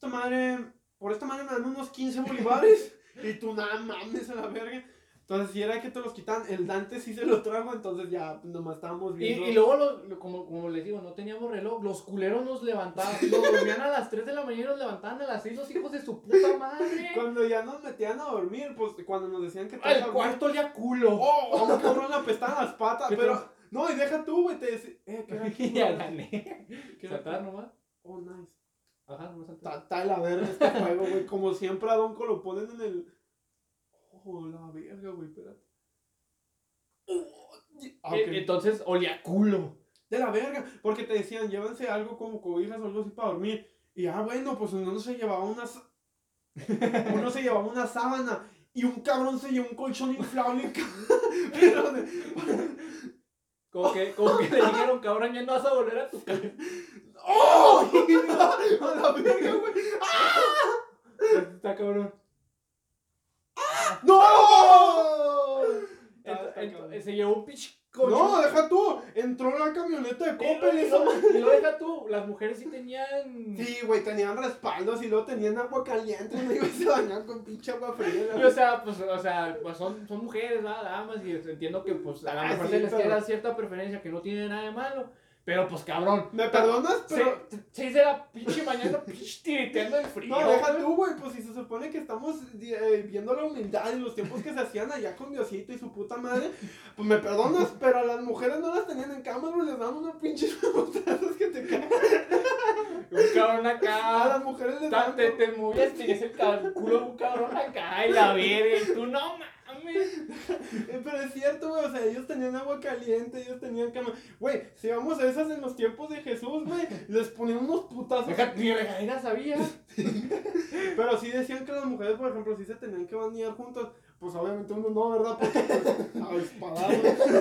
B: por esta madre me dan unos 15 bolívares. Y tú, nada mames a la verga. Entonces, si era que te los quitan, el Dante sí se lo trajo, entonces ya nomás estábamos viendo.
A: Y luego, como les digo, no teníamos reloj, los culeros nos levantaban, nos dormían a las 3 de la mañana y nos levantaban a las 6 los hijos de su puta madre.
B: Cuando ya nos metían a dormir, pues cuando nos decían que
A: El cuarto olía a culo.
B: ¡Oh, cabrón, apestaban las patas! Pero, no, y deja tú, güey, te decía, ¿qué era aquí?
A: Ya gané.
B: ¿Qué era
A: Saltar
B: aquí?
A: nomás.
B: Oh, nice.
A: Ajá, nomás saltar.
B: Está la verga este juego, güey. Como siempre a Donko lo ponen en el... Oh, la verga, güey, espérate. Okay.
A: Entonces olía a culo.
B: De la verga, porque te decían, llévense algo como cobijas o algo así para dormir. Y bueno, pues uno se llevaba una sábana y un cabrón se llevó un colchón inflable. Pero
A: Como que le dijeron, cabrón, ya no vas a volver a tu casa.
B: ¡Oh! A la verga, güey.
A: Está cabrón.
B: ¡No!
A: Se llevó un pinche
B: No, deja tú. Entró en la camioneta de Coppel
A: y lo deja tú. Las mujeres sí tenían.
B: Sí, güey, tenían respaldos y luego tenían agua caliente. Uno iba y se bañaban con pinche agua fría.
A: Y, o sea, pues son mujeres, ¿verdad? Damas, y entiendo que pues a la mejor se les queda cierta preferencia que no tiene nada de malo. Pero pues cabrón.
B: ¿Me perdonas? Pero
A: 6 de la pinche mañana, pinche tiriteando el frío.
B: no, deja tú, güey, pues si se supone que estamos viendo la humildad y los tiempos que se hacían allá con Diosito y su puta madre, pues me perdonas, pero a las mujeres no las tenían en cama, güey, les daban unos pinches putazos que te caen.
A: Un cabrón
B: A
A: acá.
B: las mujeres les daban...
A: Te movías, tienes el culo de un cabrón acá y la verga. Y tú, no mames.
B: Pero es cierto, güey, o sea, ellos tenían agua caliente, ellos tenían cama. Güey, si vamos a esas en los tiempos de Jesús, güey, les ponían unos putazos.
A: Ni regadera sabía.
B: Pero sí decían que las mujeres, por ejemplo, sí se tenían que bañar juntas Pues obviamente uno no, ¿verdad? Porque pues avispadado.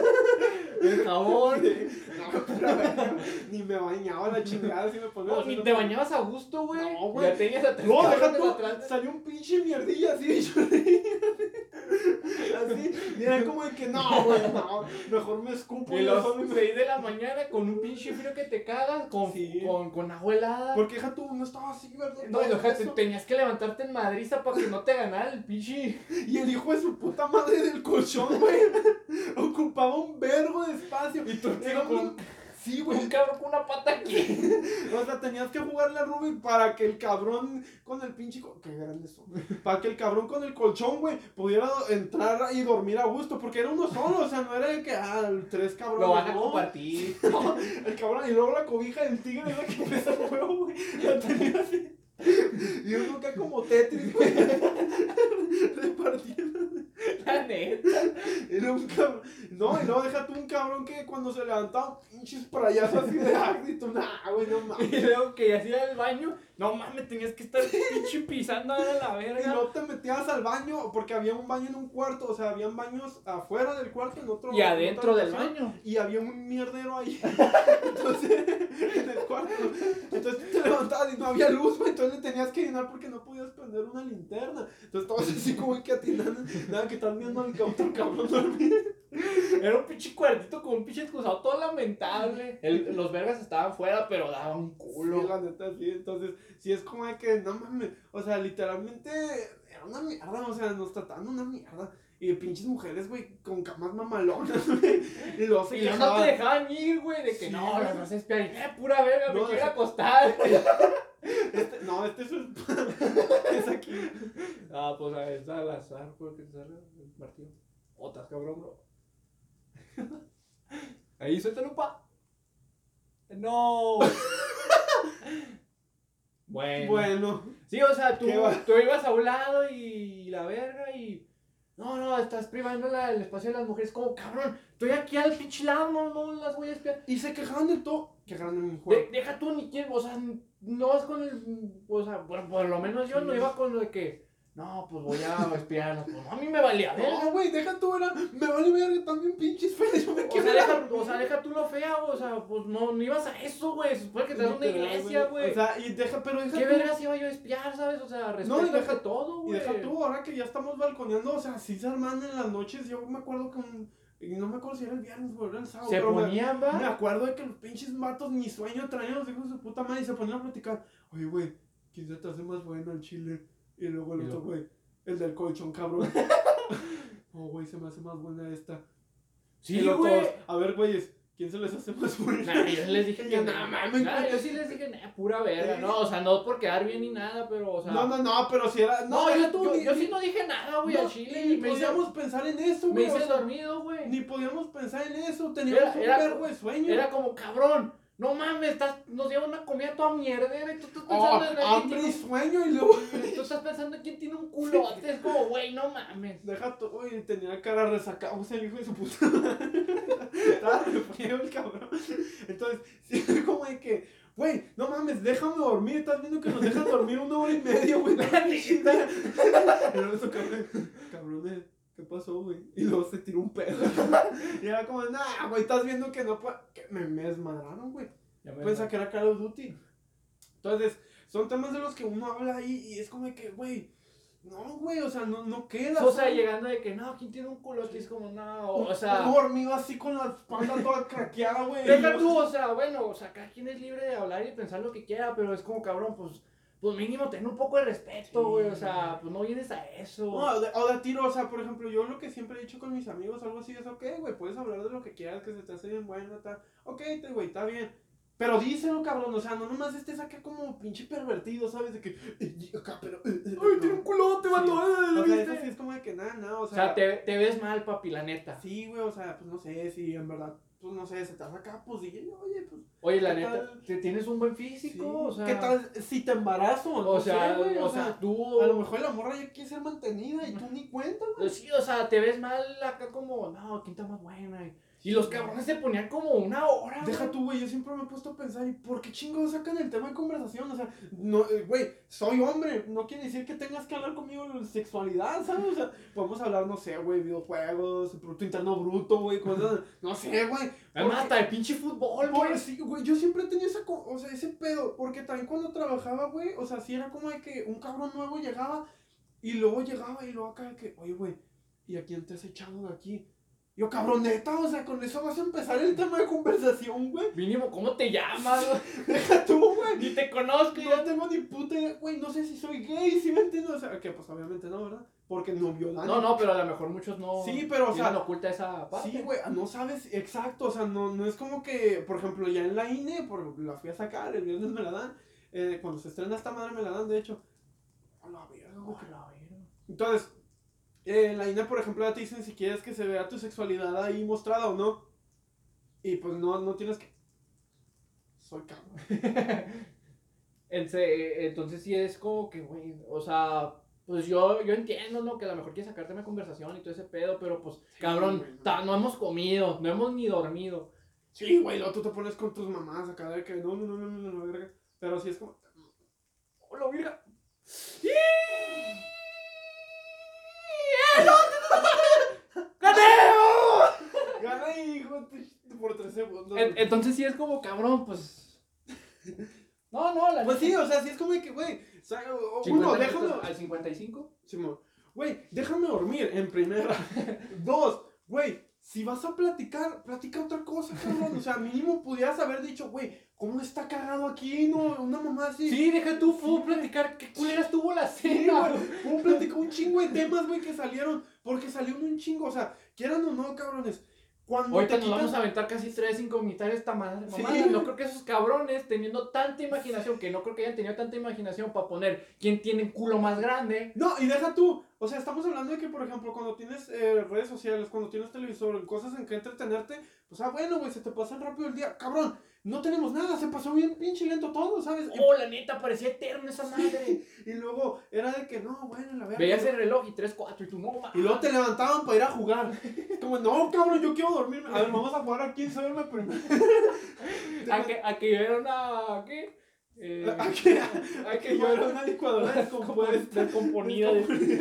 A: El jabón.
B: No, pero verga, ni me bañaba la chingada si me ponía
A: No, ni te bañabas a gusto, güey.
B: No, güey.
A: Ya tenías a tres
B: No, deja
A: cabrones
B: tú,
A: atrás.
B: salió un pinche mierdilla así de chorrillo. Así, y era como de que no, güey, no, mejor me escupo
A: Y
B: y
A: los
B: mejor me...
A: 6 de la mañana con un pinche frío que te cagas,
B: Sí.
A: con agua helada.
B: Porque deja tú, no estaba así, ¿verdad?
A: No, y
B: Todo
A: fíjate,
B: eso.
A: tenías que levantarte en madriza para que no te ganara el pinche.
B: Y el hijo de su puta madre del colchón, güey, ocupaba un vergo de espacio.
A: Y tú,
B: Era
A: con-
B: un... Sí, güey.
A: Un cabrón con una pata aquí.
B: O sea, tenías que jugarle a Rubik para que el cabrón con el pinche... Qué grandes son. Para que el cabrón con el colchón, güey, pudiera entrar y dormir a gusto. Porque era uno solo, o sea, no era de que, tres cabrones.
A: Lo van a
B: no.
A: compartir.
B: No, el cabrón, y luego la cobija del tigre es la que pesa el huevo, güey. La tenía así. Y uno que como Tetris, güey. Repartiendo.
A: La neta.
B: Era un cabrón. No, y luego deja tú un cabrón que cuando se levantaba, pinches sprayazos así de ácido. Nah, güey, no mames.
A: Y luego que hacía el baño, no mames, tenías que estar pinche pisando a la
B: Y
A: verga.
B: luego te metías al baño, porque había un baño en un cuarto, o sea, habían baños afuera del cuarto, en otro.
A: Y
B: en
A: adentro
B: otra
A: del
B: habitación,
A: baño.
B: Y había un mierdero ahí. Entonces, en el cuarto. Entonces te levantabas y no había luz, güey. Entonces le tenías que llenar porque no podías prender una linterna. Entonces estabas así como que atinando. Nada, que estás viendo al otro cabrón dormir.
A: Era un pinche cuartito con un pinche excusado todo lamentable. Los vergas estaban fuera, pero daban un culo.
B: Sí, la neta, sí. Entonces, sí es como de que, no mames. O sea, literalmente era una mierda. O sea, nos trataban una mierda. Y pinches mujeres, güey, con camas mamalonas, güey. Y luego se
A: Y luego no
B: quejaban.
A: te dejaban ir, güey, de que
B: Sí.
A: no, las vas a espiar. Y, pura verga, me
B: No,
A: quiero
B: eso-
A: acostar.
B: No, este es el... es aquí.
A: Ah, pues a ver, está al azar, porque te sale el martillo. Otras, cabrón, bro. Ahí, suéltalo, pa. No. Bueno. Sí, o sea,
B: ¿Qué va?
A: tú ibas a un lado y la verga y... No, estás privando el espacio de las mujeres. Como, cabrón, estoy aquí al pinche lado, no las voy a espiar.
B: Y se quejaban de todo. Quejaban de mi juego.
A: Deja tú ni quién, o sea, no vas con el... O sea, bueno, por lo menos yo no iba con lo de que... No, pues voy a espiarlas. Pues no, a mí me valía verga.
B: No, güey, deja tú, era. Me vale ver también pinches feas. Yo me
A: O
B: quiero.
A: sea, deja tú lo fea, o sea, pues no ibas a eso, güey. Se supone que te das una iglesia, güey.
B: O sea, y deja, pero deja
A: ¿Qué
B: tú.
A: vergas iba yo a espiar, sabes? O sea, respeto
B: No, y deja-
A: todo,
B: Y
A: güey.
B: deja tú, ahora que ya estamos balconeando, o sea, sí se arman en las noches. Yo me acuerdo que y no me acuerdo si era el viernes o era el sábado.
A: Se
B: pero
A: ponían,
B: me
A: va.
B: acuerdo de que los pinches matos, ni sueño traían los hijos de su puta madre y se ponían a platicar. Oye, güey, ¿quién se te hace más bueno el chile? Y luego el
A: Y
B: otro,
A: luego-
B: güey, el del colchón, cabrón. Oh, güey, se me hace más buena esta.
A: Sí,
B: Y luego
A: güey.
B: todos, a ver, güeyes, ¿quién se les hace más buena?
A: Nah, yo les dije
B: Y
A: que
B: yo,
A: nada,
B: no mames,
A: nah,
B: güey.
A: yo sí les dije, pura verga.
B: Sí.
A: No, o sea, no por quedar bien ni nada, pero, o sea.
B: No, pero si era.
A: No,
B: deja
A: yo sí no dije nada, güey,
B: no,
A: al chile.
B: Ni
A: Y me hice,
B: podíamos pensar en eso,
A: me
B: güey. o
A: hice
B: sea,
A: dormido, güey.
B: Ni podíamos pensar en eso. Teníamos un
A: Era-
B: vergo de sueño.
A: Era como, cabrón, no mames, nos lleva una comida toda mierdera y tú estás
B: Oh,
A: pensando en quién
B: hambre
A: tiene
B: y sueño y luego.
A: tú estás pensando en quién tiene un culote. Es como, güey, no mames.
B: Deja todo, güey, tenía cara resacada, o sea, el hijo de su puta madre. Estaba re frío el cabrón. Entonces, sí, fue como de que, güey, no mames, déjame dormir. Estás viendo que nos dejan dormir 1 hora y media, güey. Y luego eso, cabrones, ¿qué pasó, güey? Y luego se tiró un pedo. Y era como, nah, güey, estás viendo que no puedo. Que me desmadraron, güey. Pensaba que era Call of Duty. Entonces, son temas de los que uno habla ahí y es como de que, güey, no, güey, o sea, no queda.
A: O sea, llegando de que, no, ¿quién tiene un culote? Es como, no, o sea.
B: Un dormido así con la espalda toda craqueada, güey.
A: Deja tú, o sea, bueno, o sea, cada quien es libre de hablar y pensar lo que quiera, pero es como, cabrón, pues mínimo ten un poco de respeto,
B: Sí.
A: güey, o sea, pues no vienes a eso.
B: No, o de tiro, o sea, por ejemplo, yo lo que siempre he dicho con mis amigos, algo así, es ok, güey, puedes hablar de lo que quieras, que se te hace bien bueno, tal. Ok, güey, está bien. Pero díselo, cabrón, o sea, no nomás estés acá como pinche pervertido, ¿sabes? De que, acá, pero.
A: Ay, tiene un culote,
B: Sí.
A: vato,
B: O sea, eso
A: ¿viste?
B: sí es como de que nada, o
A: O
B: sea.
A: sea, te ves mal, papi, la neta.
B: Sí, güey, o sea, pues no sé, si en verdad, pues no sé, se te hace acá, pues dile, oye, pues.
A: Oye, la
B: ¿qué
A: neta,
B: tal?
A: te tienes un buen físico,
B: Sí.
A: o sea.
B: ¿Qué tal si te embarazo?
A: O
B: No
A: sea,
B: sé, güey,
A: o sea, tú.
B: a lo mejor la morra ya quiere ser mantenida y tú ni cuenta, güey.
A: Sí, o sea, te ves mal acá como, no, ¿quién está más buena? Y los cabrones se ponían como una hora,
B: Deja
A: güey.
B: tú, güey, yo siempre me he puesto a pensar, ¿y por qué chingados sacan el tema de conversación? O sea, no, güey, soy hombre, no quiere decir que tengas que hablar conmigo de sexualidad, ¿sabes? O sea, podemos hablar, no sé, güey, videojuegos, Producto Interno Bruto, güey, cosas, no sé, güey.
A: Además, hasta el pinche fútbol,
B: Por
A: güey.
B: sí, güey, yo siempre tenía o sea, ese pedo, porque también cuando trabajaba, güey, o sea, sí era como de que un cabrón nuevo llegaba, y luego acá de que, oye, güey, ¿y a quién te has echado de aquí? Yo, cabrón, neta, o sea, con eso vas a empezar el tema de conversación, güey.
A: Mínimo, ¿cómo te llamas, güey?
B: Deja tú, güey.
A: Ni te conozco.
B: No tengo ni puta idea, güey, no sé si soy gay, ¿sí me entiendes? O sea, que pues obviamente no, ¿verdad? Porque no violan.
A: No, pero a lo mejor muchos no.
B: Sí, pero, o sea,
A: tienen oculta esa parte.
B: Sí, güey, no sabes exacto, o sea, no es como que, por ejemplo, ya en la INE, la fui a sacar, el viernes me la dan, cuando se estrena esta madre me la dan, de hecho. A la verga, güey. Entonces, en la INE, por ejemplo, ya te dicen si quieres que se vea tu sexualidad ahí mostrada o no. Y pues no tienes que... Soy cabrón.
A: Entonces sí es como que, güey, o sea, pues yo entiendo, ¿no? Que a lo mejor quieres sacarte una conversación y todo ese pedo, pero pues,
B: Sí,
A: cabrón,
B: güey,
A: no hemos comido, no hemos ni dormido.
B: Sí, güey, luego tú te pones con tus mamás acá de que no, verga. Pero sí es como...
A: ¡Hola, virga!
B: Gana, hijo, por 3 segundos.
A: Entonces sí es como, cabrón, pues... No, la
B: Pues
A: neta.
B: sí, o sea, sí es como de que, güey, o sea,
A: 50
B: uno,
A: minutos
B: déjame...
A: al 55.
B: Simón, güey, déjame dormir en primera. 2, güey, si vas a platicar, platica otra cosa, cabrón. O sea, mínimo pudieras haber dicho, güey, ¿cómo está cagado aquí? No, una mamá así.
A: Sí, deja tú, puedo
B: Sí,
A: platicar qué culera estuvo la
B: Sí,
A: cena.
B: güey, ¿cómo platicó un chingo de temas, güey, que salieron? Porque salió un chingo, o sea, quieran o no, cabrones. Cuando
A: Ahorita
B: te
A: nos
B: quitan...
A: vamos a aventar casi 3 incognitarios esta madre.
B: Sí.
A: Mamá, no creo que esos cabrones teniendo tanta imaginación, que no creo que hayan tenido tanta imaginación para poner quién tiene un culo más grande.
B: No, y deja tú, o sea, estamos hablando de que, por ejemplo, cuando tienes redes sociales, cuando tienes televisor, cosas en que entretenerte, pues, bueno, güey, se te pasa rápido el día. Cabrón, no tenemos nada, se pasó bien pinche lento todo, ¿sabes?
A: Oh, la neta, parecía eterno esa madre.
B: Y luego era de que, no, bueno, la verdad.
A: Veías el reloj y 3, 4 y tú, no, mames.
B: Y luego te levantaban para ir a jugar. Como, no, cabrón, yo quiero dormirme. A ver, vamos a jugar a quién sabe primero.
A: A que yo era una, ¿qué?
B: A que yo era una licuadora
A: descomponida.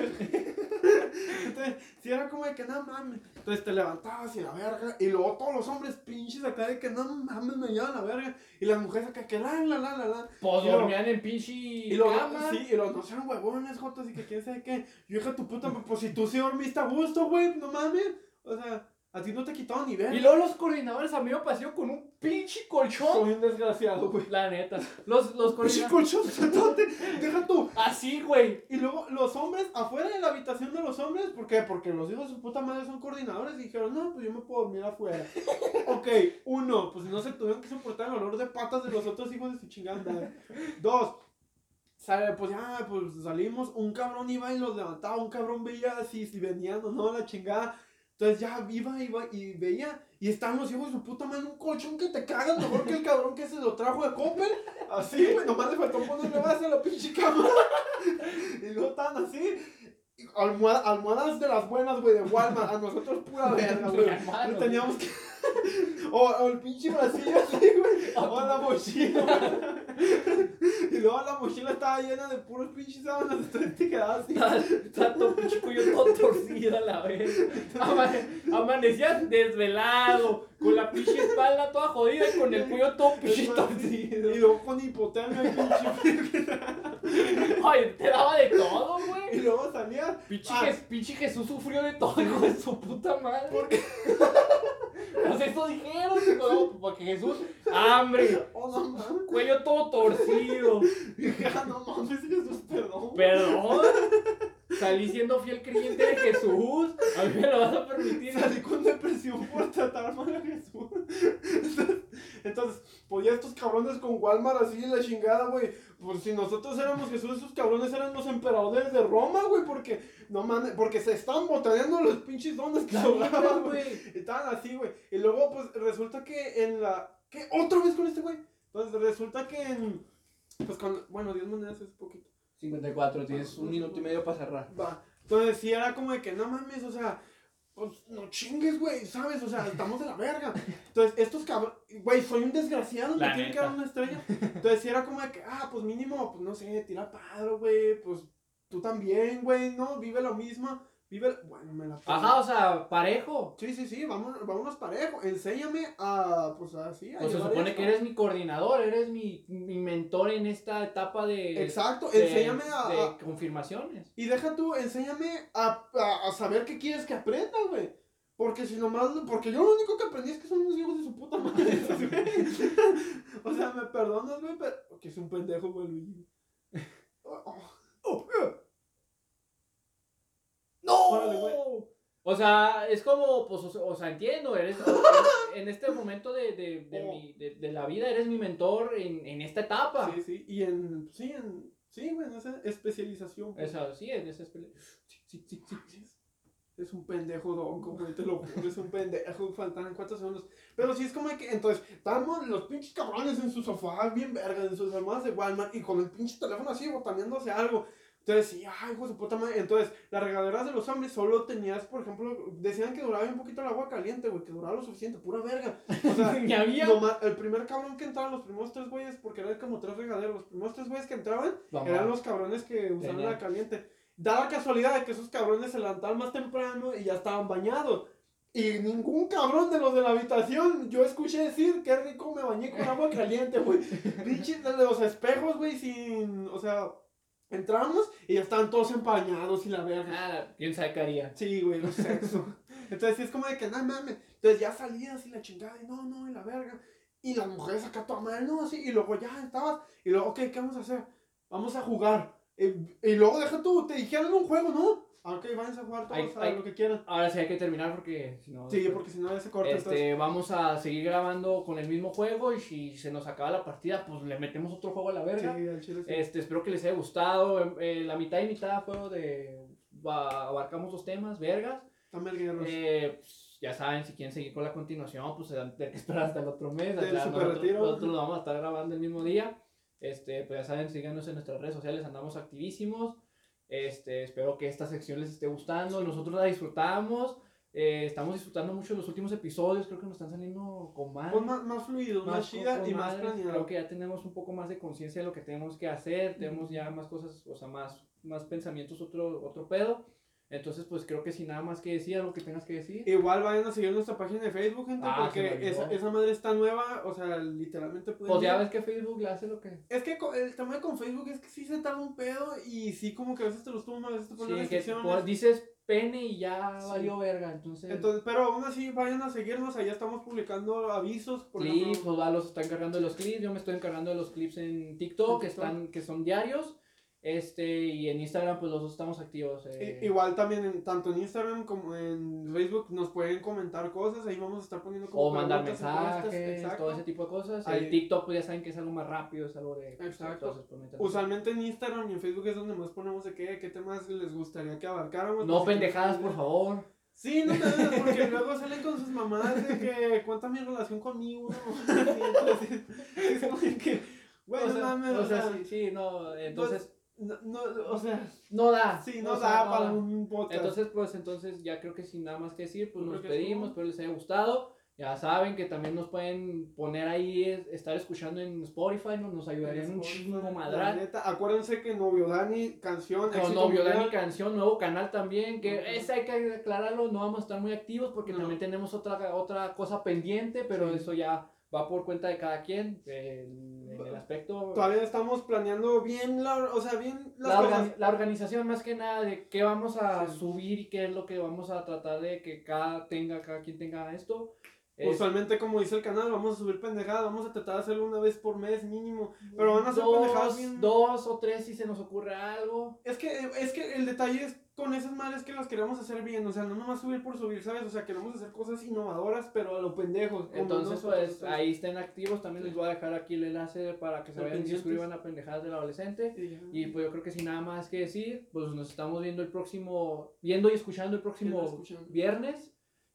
B: Entonces, si era como de que no mames. Entonces te levantabas y la verga. Y luego todos los hombres pinches acá de que no mames, me llevan la verga. Y las mujeres acá que la.
A: Pues
B: Y luego-
A: dormían en pinche
B: Y luego,
A: cama.
B: sí, y los no sean huevones, jotos, y que quién sabe qué. Yo hija tu puta, pues si tú sí dormiste a gusto, güey, no mames. O sea, a ti no te quitaron ni ver.
A: Y luego los coordinadores a mí me paseó con un pinche colchón.
B: Soy un desgraciado, güey.
A: La neta. Los
B: Pinche
A: coordinadores.
B: colchón, satote, deja tú.
A: Así, güey.
B: Y luego los hombres, afuera de la habitación de los hombres, ¿por qué? Porque los hijos de su puta madre son coordinadores y dijeron, no, pues yo me puedo dormir afuera. Ok, 1, pues no se tuvieron que soportar el olor de patas de los otros hijos de su chingada madre. 2, pues ya, pues salimos, un cabrón iba y los levantaba, un cabrón veía si venían o no la chingada. Entonces ya iba y veía, y estaban los hijos de su puta madre en un colchón que te cagas mejor que el cabrón que se lo trajo de Coppel. Así, güey, nomás le faltó ponerle base a la pinche cama. Y luego estaban así, almohadas de las buenas, güey, de Walmart. A nosotros pura verga, güey.
A: Hermano.
B: Teníamos que... o el pinche bracillo así, güey. O la mochila. Y luego la mochila estaba llena de puros pinches sábanas. Entonces te quedabas así.
A: Está todo pinche cuello todo torcido a la vez. Amanecías desvelado, con la pinche espalda toda jodida y con el cuello todo pinche torcido.
B: Y luego con hipotermia, pinche.
A: Ay, te daba de todo,
B: Y
A: güey.
B: luego salías.
A: Pinche Jesús sufrió de todo, hijo de su puta madre.
B: ¿Por qué?
A: Pues eso dijeron, no, porque Jesús, hambre,
B: Oh, no mames.
A: cuello todo torcido.
B: Hija, no mames, Jesús, perdón.
A: Perdón, salí siendo fiel creyente de Jesús. A mí me lo vas a permitir.
B: Salí con depresión por tratar mal a Jesús. Entonces, pues ya estos cabrones con Walmart así en la chingada, güey. Pues si nosotros éramos Jesús, esos cabrones eran los emperadores de Roma, güey. Porque se estaban botaneando los pinches dones que sobraban, güey. Estaban así, güey. Y luego, pues resulta que en la. ¿Qué? ¿Otra vez con este güey? Entonces resulta que en. Pues con. Bueno, 10 monedas es poquito.
A: 54, tienes un minuto y medio para cerrar.
B: Va. Entonces sí era como de que no mames, o sea. pues no chingues, güey, ¿sabes? O sea, estamos de la verga. Entonces, estos cabrones, güey, soy un desgraciado, me tienen que dar una estrella. Entonces, si era como de que, pues mínimo, pues no sé, tira paro, güey, pues tú también, güey, ¿no? Vive lo mismo, bueno, me la pego.
A: Ajá, o sea, parejo.
B: Sí, vámonos parejo, enséñame a, pues así, a
A: Pues se
B: llevar
A: supone
B: esto.
A: que eres mi coordinador, eres mi mentor en esta etapa de...
B: Exacto,
A: de,
B: enséñame
A: de confirmaciones.
B: Y deja tú, enséñame a saber qué quieres que aprenda, güey. Porque si nomás, porque yo lo único que aprendí es que son unos hijos de su puta madre, güey. O sea, me perdonas, güey, pero que es un pendejo, güey, Luigi.
A: ¡No!
B: Órale, güey.
A: O sea, es como, pues, o sea, entiendo, eres, en este momento de la vida eres mi mentor en esta etapa.
B: Sí, sí, güey, en esa especialización. Güey.
A: Esa, sí, en esa
B: Sí. Es un pendejo donko, güey, te lo juro, es un pendejo, faltan 4 segundos. Pero sí es como que, entonces, estábamos los pinches cabrones en su sofá, bien verga, en sus almohadas de Walmart, y con el pinche teléfono así, botaneándose algo. Entonces, sí, hijo de su puta madre. Entonces, las regaderas de los hombres solo tenías, por ejemplo, decían que duraba un poquito el agua caliente, güey, que duraba lo suficiente, pura verga. O sea,
A: Ni había.
B: el primer cabrón que entraba, los primeros 3 güeyes, porque eran como 3 regaderos, los primeros 3 güeyes que entraban eran los cabrones que usaban la caliente. Da la casualidad de que esos cabrones se levantaban más temprano y ya estaban bañados. Y ningún cabrón de los de la habitación, yo escuché decir, qué rico me bañé con agua caliente, güey. Pinches de los espejos, güey, o sea, entramos y ya estaban todos empañados y la verga.
A: ¿Quién sabe qué haría?
B: Sí, güey, los sexo. Entonces sí es como de que, no mames. Entonces ya salías y la chingada, y no, y la verga. Y las mujeres acá toda madre, no, así, y luego ya estabas, y luego, ok, ¿qué vamos a hacer? Vamos a jugar. Y luego deja tú, te dijeron un juego, ¿no? Ok, váyanse a jugar todos a lo que quieran.
A: Ahora sí hay que terminar porque si no...
B: Sí, porque si no ya se corta.
A: Vamos a seguir grabando con el mismo juego y si se nos acaba la partida, pues le metemos otro juego a la verga.
B: Sí, al chile sí.
A: Espero que les haya gustado. La mitad y mitad juego abarcamos 2 temas, vergas. Ya saben, si quieren seguir con la continuación, pues se van a tener que esperar hasta el otro mes. Nosotros lo vamos a estar grabando el mismo día. Pues ya saben, síganos en nuestras redes sociales, andamos activísimos. Espero que esta sección les esté gustando. Nosotros la disfrutamos. Estamos disfrutando mucho los últimos episodios. Creo que nos están saliendo con
B: más fluidos, más chida y más planeado.
A: Creo que ya tenemos un poco más de conciencia de lo que tenemos que hacer. Tenemos ya más cosas, o sea, más pensamientos, otro pedo. Entonces, pues creo que sin nada más que decir, algo que tengas que decir.
B: Igual vayan a seguir nuestra página de Facebook, gente, porque esa madre está nueva, o sea, literalmente pueden...
A: Pues ya ves que Facebook le hace lo que...
B: Es que el tema con Facebook es que sí se tarda un pedo y sí como que a veces te los toman, a veces te ponen restricciones.
A: Dices pene y ya valió verga, entonces...
B: Pero aún así vayan a seguirnos, allá estamos publicando avisos.
A: Clips, pues los están encargando de los clips, yo me estoy encargando de los clips en TikTok, que son diarios. Y en Instagram pues los dos estamos activos.
B: Igual también tanto en Instagram como en Facebook nos pueden comentar cosas, ahí vamos a estar poniendo como
A: o mandar mensajes, todo ese tipo de cosas. El TikTok pues ya saben que es algo más rápido, es algo de...
B: Exacto. Usualmente en Instagram y en Facebook es donde más ponemos de qué temas les gustaría que abarcáramos.
A: No pendejadas, por favor.
B: Sí, no me porque luego salen con sus mamás de que cuenta mi relación conmigo. Entonces, es como que, bueno, mames,
A: entonces...
B: o sea,
A: no da.
B: Sí, no da para un podcast.
A: Entonces ya creo que sin nada más que decir, pues nos despedimos, espero les haya gustado. Ya saben que también nos pueden poner ahí, estar escuchando en Spotify, nos ayudarían un chingo madral.
B: Acuérdense que Novio Dani, canción,
A: Novio Dani, canción, nuevo canal también, que ese hay que aclararlo, no vamos a estar muy activos porque también tenemos otra cosa pendiente, pero eso ya va por cuenta de cada quien, en el aspecto...
B: Todavía estamos planeando bien, la
A: organización más que nada de qué vamos a subir y qué es lo que vamos a tratar de que cada quien tenga esto.
B: Usualmente, como dice el canal, vamos a subir pendejadas, vamos a tratar de hacerlo una vez por mes mínimo, pero van a ser pendejadas bien...
A: 2 o 3 si se nos ocurre algo.
B: Es que el detalle es con esas madres que las queremos hacer bien, o sea, no nomás subir por subir, ¿sabes? O sea, queremos hacer cosas innovadoras, pero a lo pendejo.
A: Entonces, pues, ahí estén activos, también les voy a dejar aquí el enlace para que se vayan y se suscriban a Pendejadas del Adolescente. Y pues yo creo que sin nada más que decir, pues nos estamos viendo y escuchando el próximo viernes.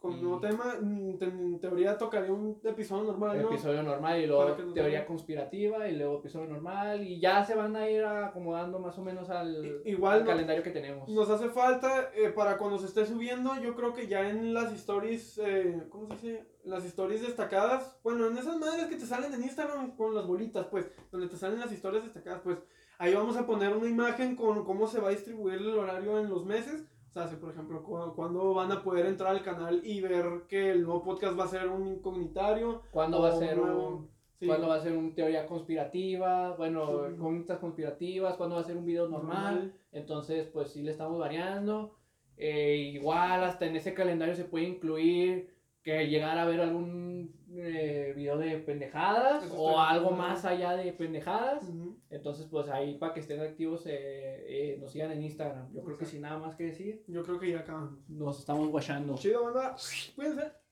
B: con
A: Y-
B: un nuevo tema. En teoría tocaría un episodio normal, ¿no?
A: Episodio normal y
B: Para que
A: luego
B: nos
A: teoría
B: den-
A: conspirativa y luego episodio normal y ya se van a ir acomodando más o menos
B: Igual
A: al calendario que tenemos.
B: Nos hace falta para cuando se esté subiendo, yo creo que ya en las stories, ¿cómo se dice? Las stories destacadas, bueno, en esas madres que te salen en Instagram con las bolitas, pues, donde te salen las historias destacadas, pues, ahí vamos a poner una imagen con cómo se va a distribuir el horario en los meses. O sea, si por ejemplo, cuándo van a poder entrar al canal y ver que el nuevo podcast va a ser un incognitario.
A: ¿Cuándo
B: o
A: va a ser
B: nuevo- sí,
A: ¿Cuándo va a ser una teoría conspirativa? Bueno,
B: Sí.
A: incógnitas conspirativas. ¿Cuándo va a ser un video normal? Entonces, pues sí le estamos variando. Igual hasta en ese calendario se puede incluir que llegar a ver algún video de pendejadas
B: Eso
A: o
B: estaría
A: algo
B: cool.
A: más allá de pendejadas.
B: Ujú.
A: Entonces, pues ahí para que estén activos nos sigan en Instagram. Yo creo que sin nada más que decir,
B: Yo creo que ya acabamos.
A: nos estamos guachando.
B: Chido, banda. Cuídense.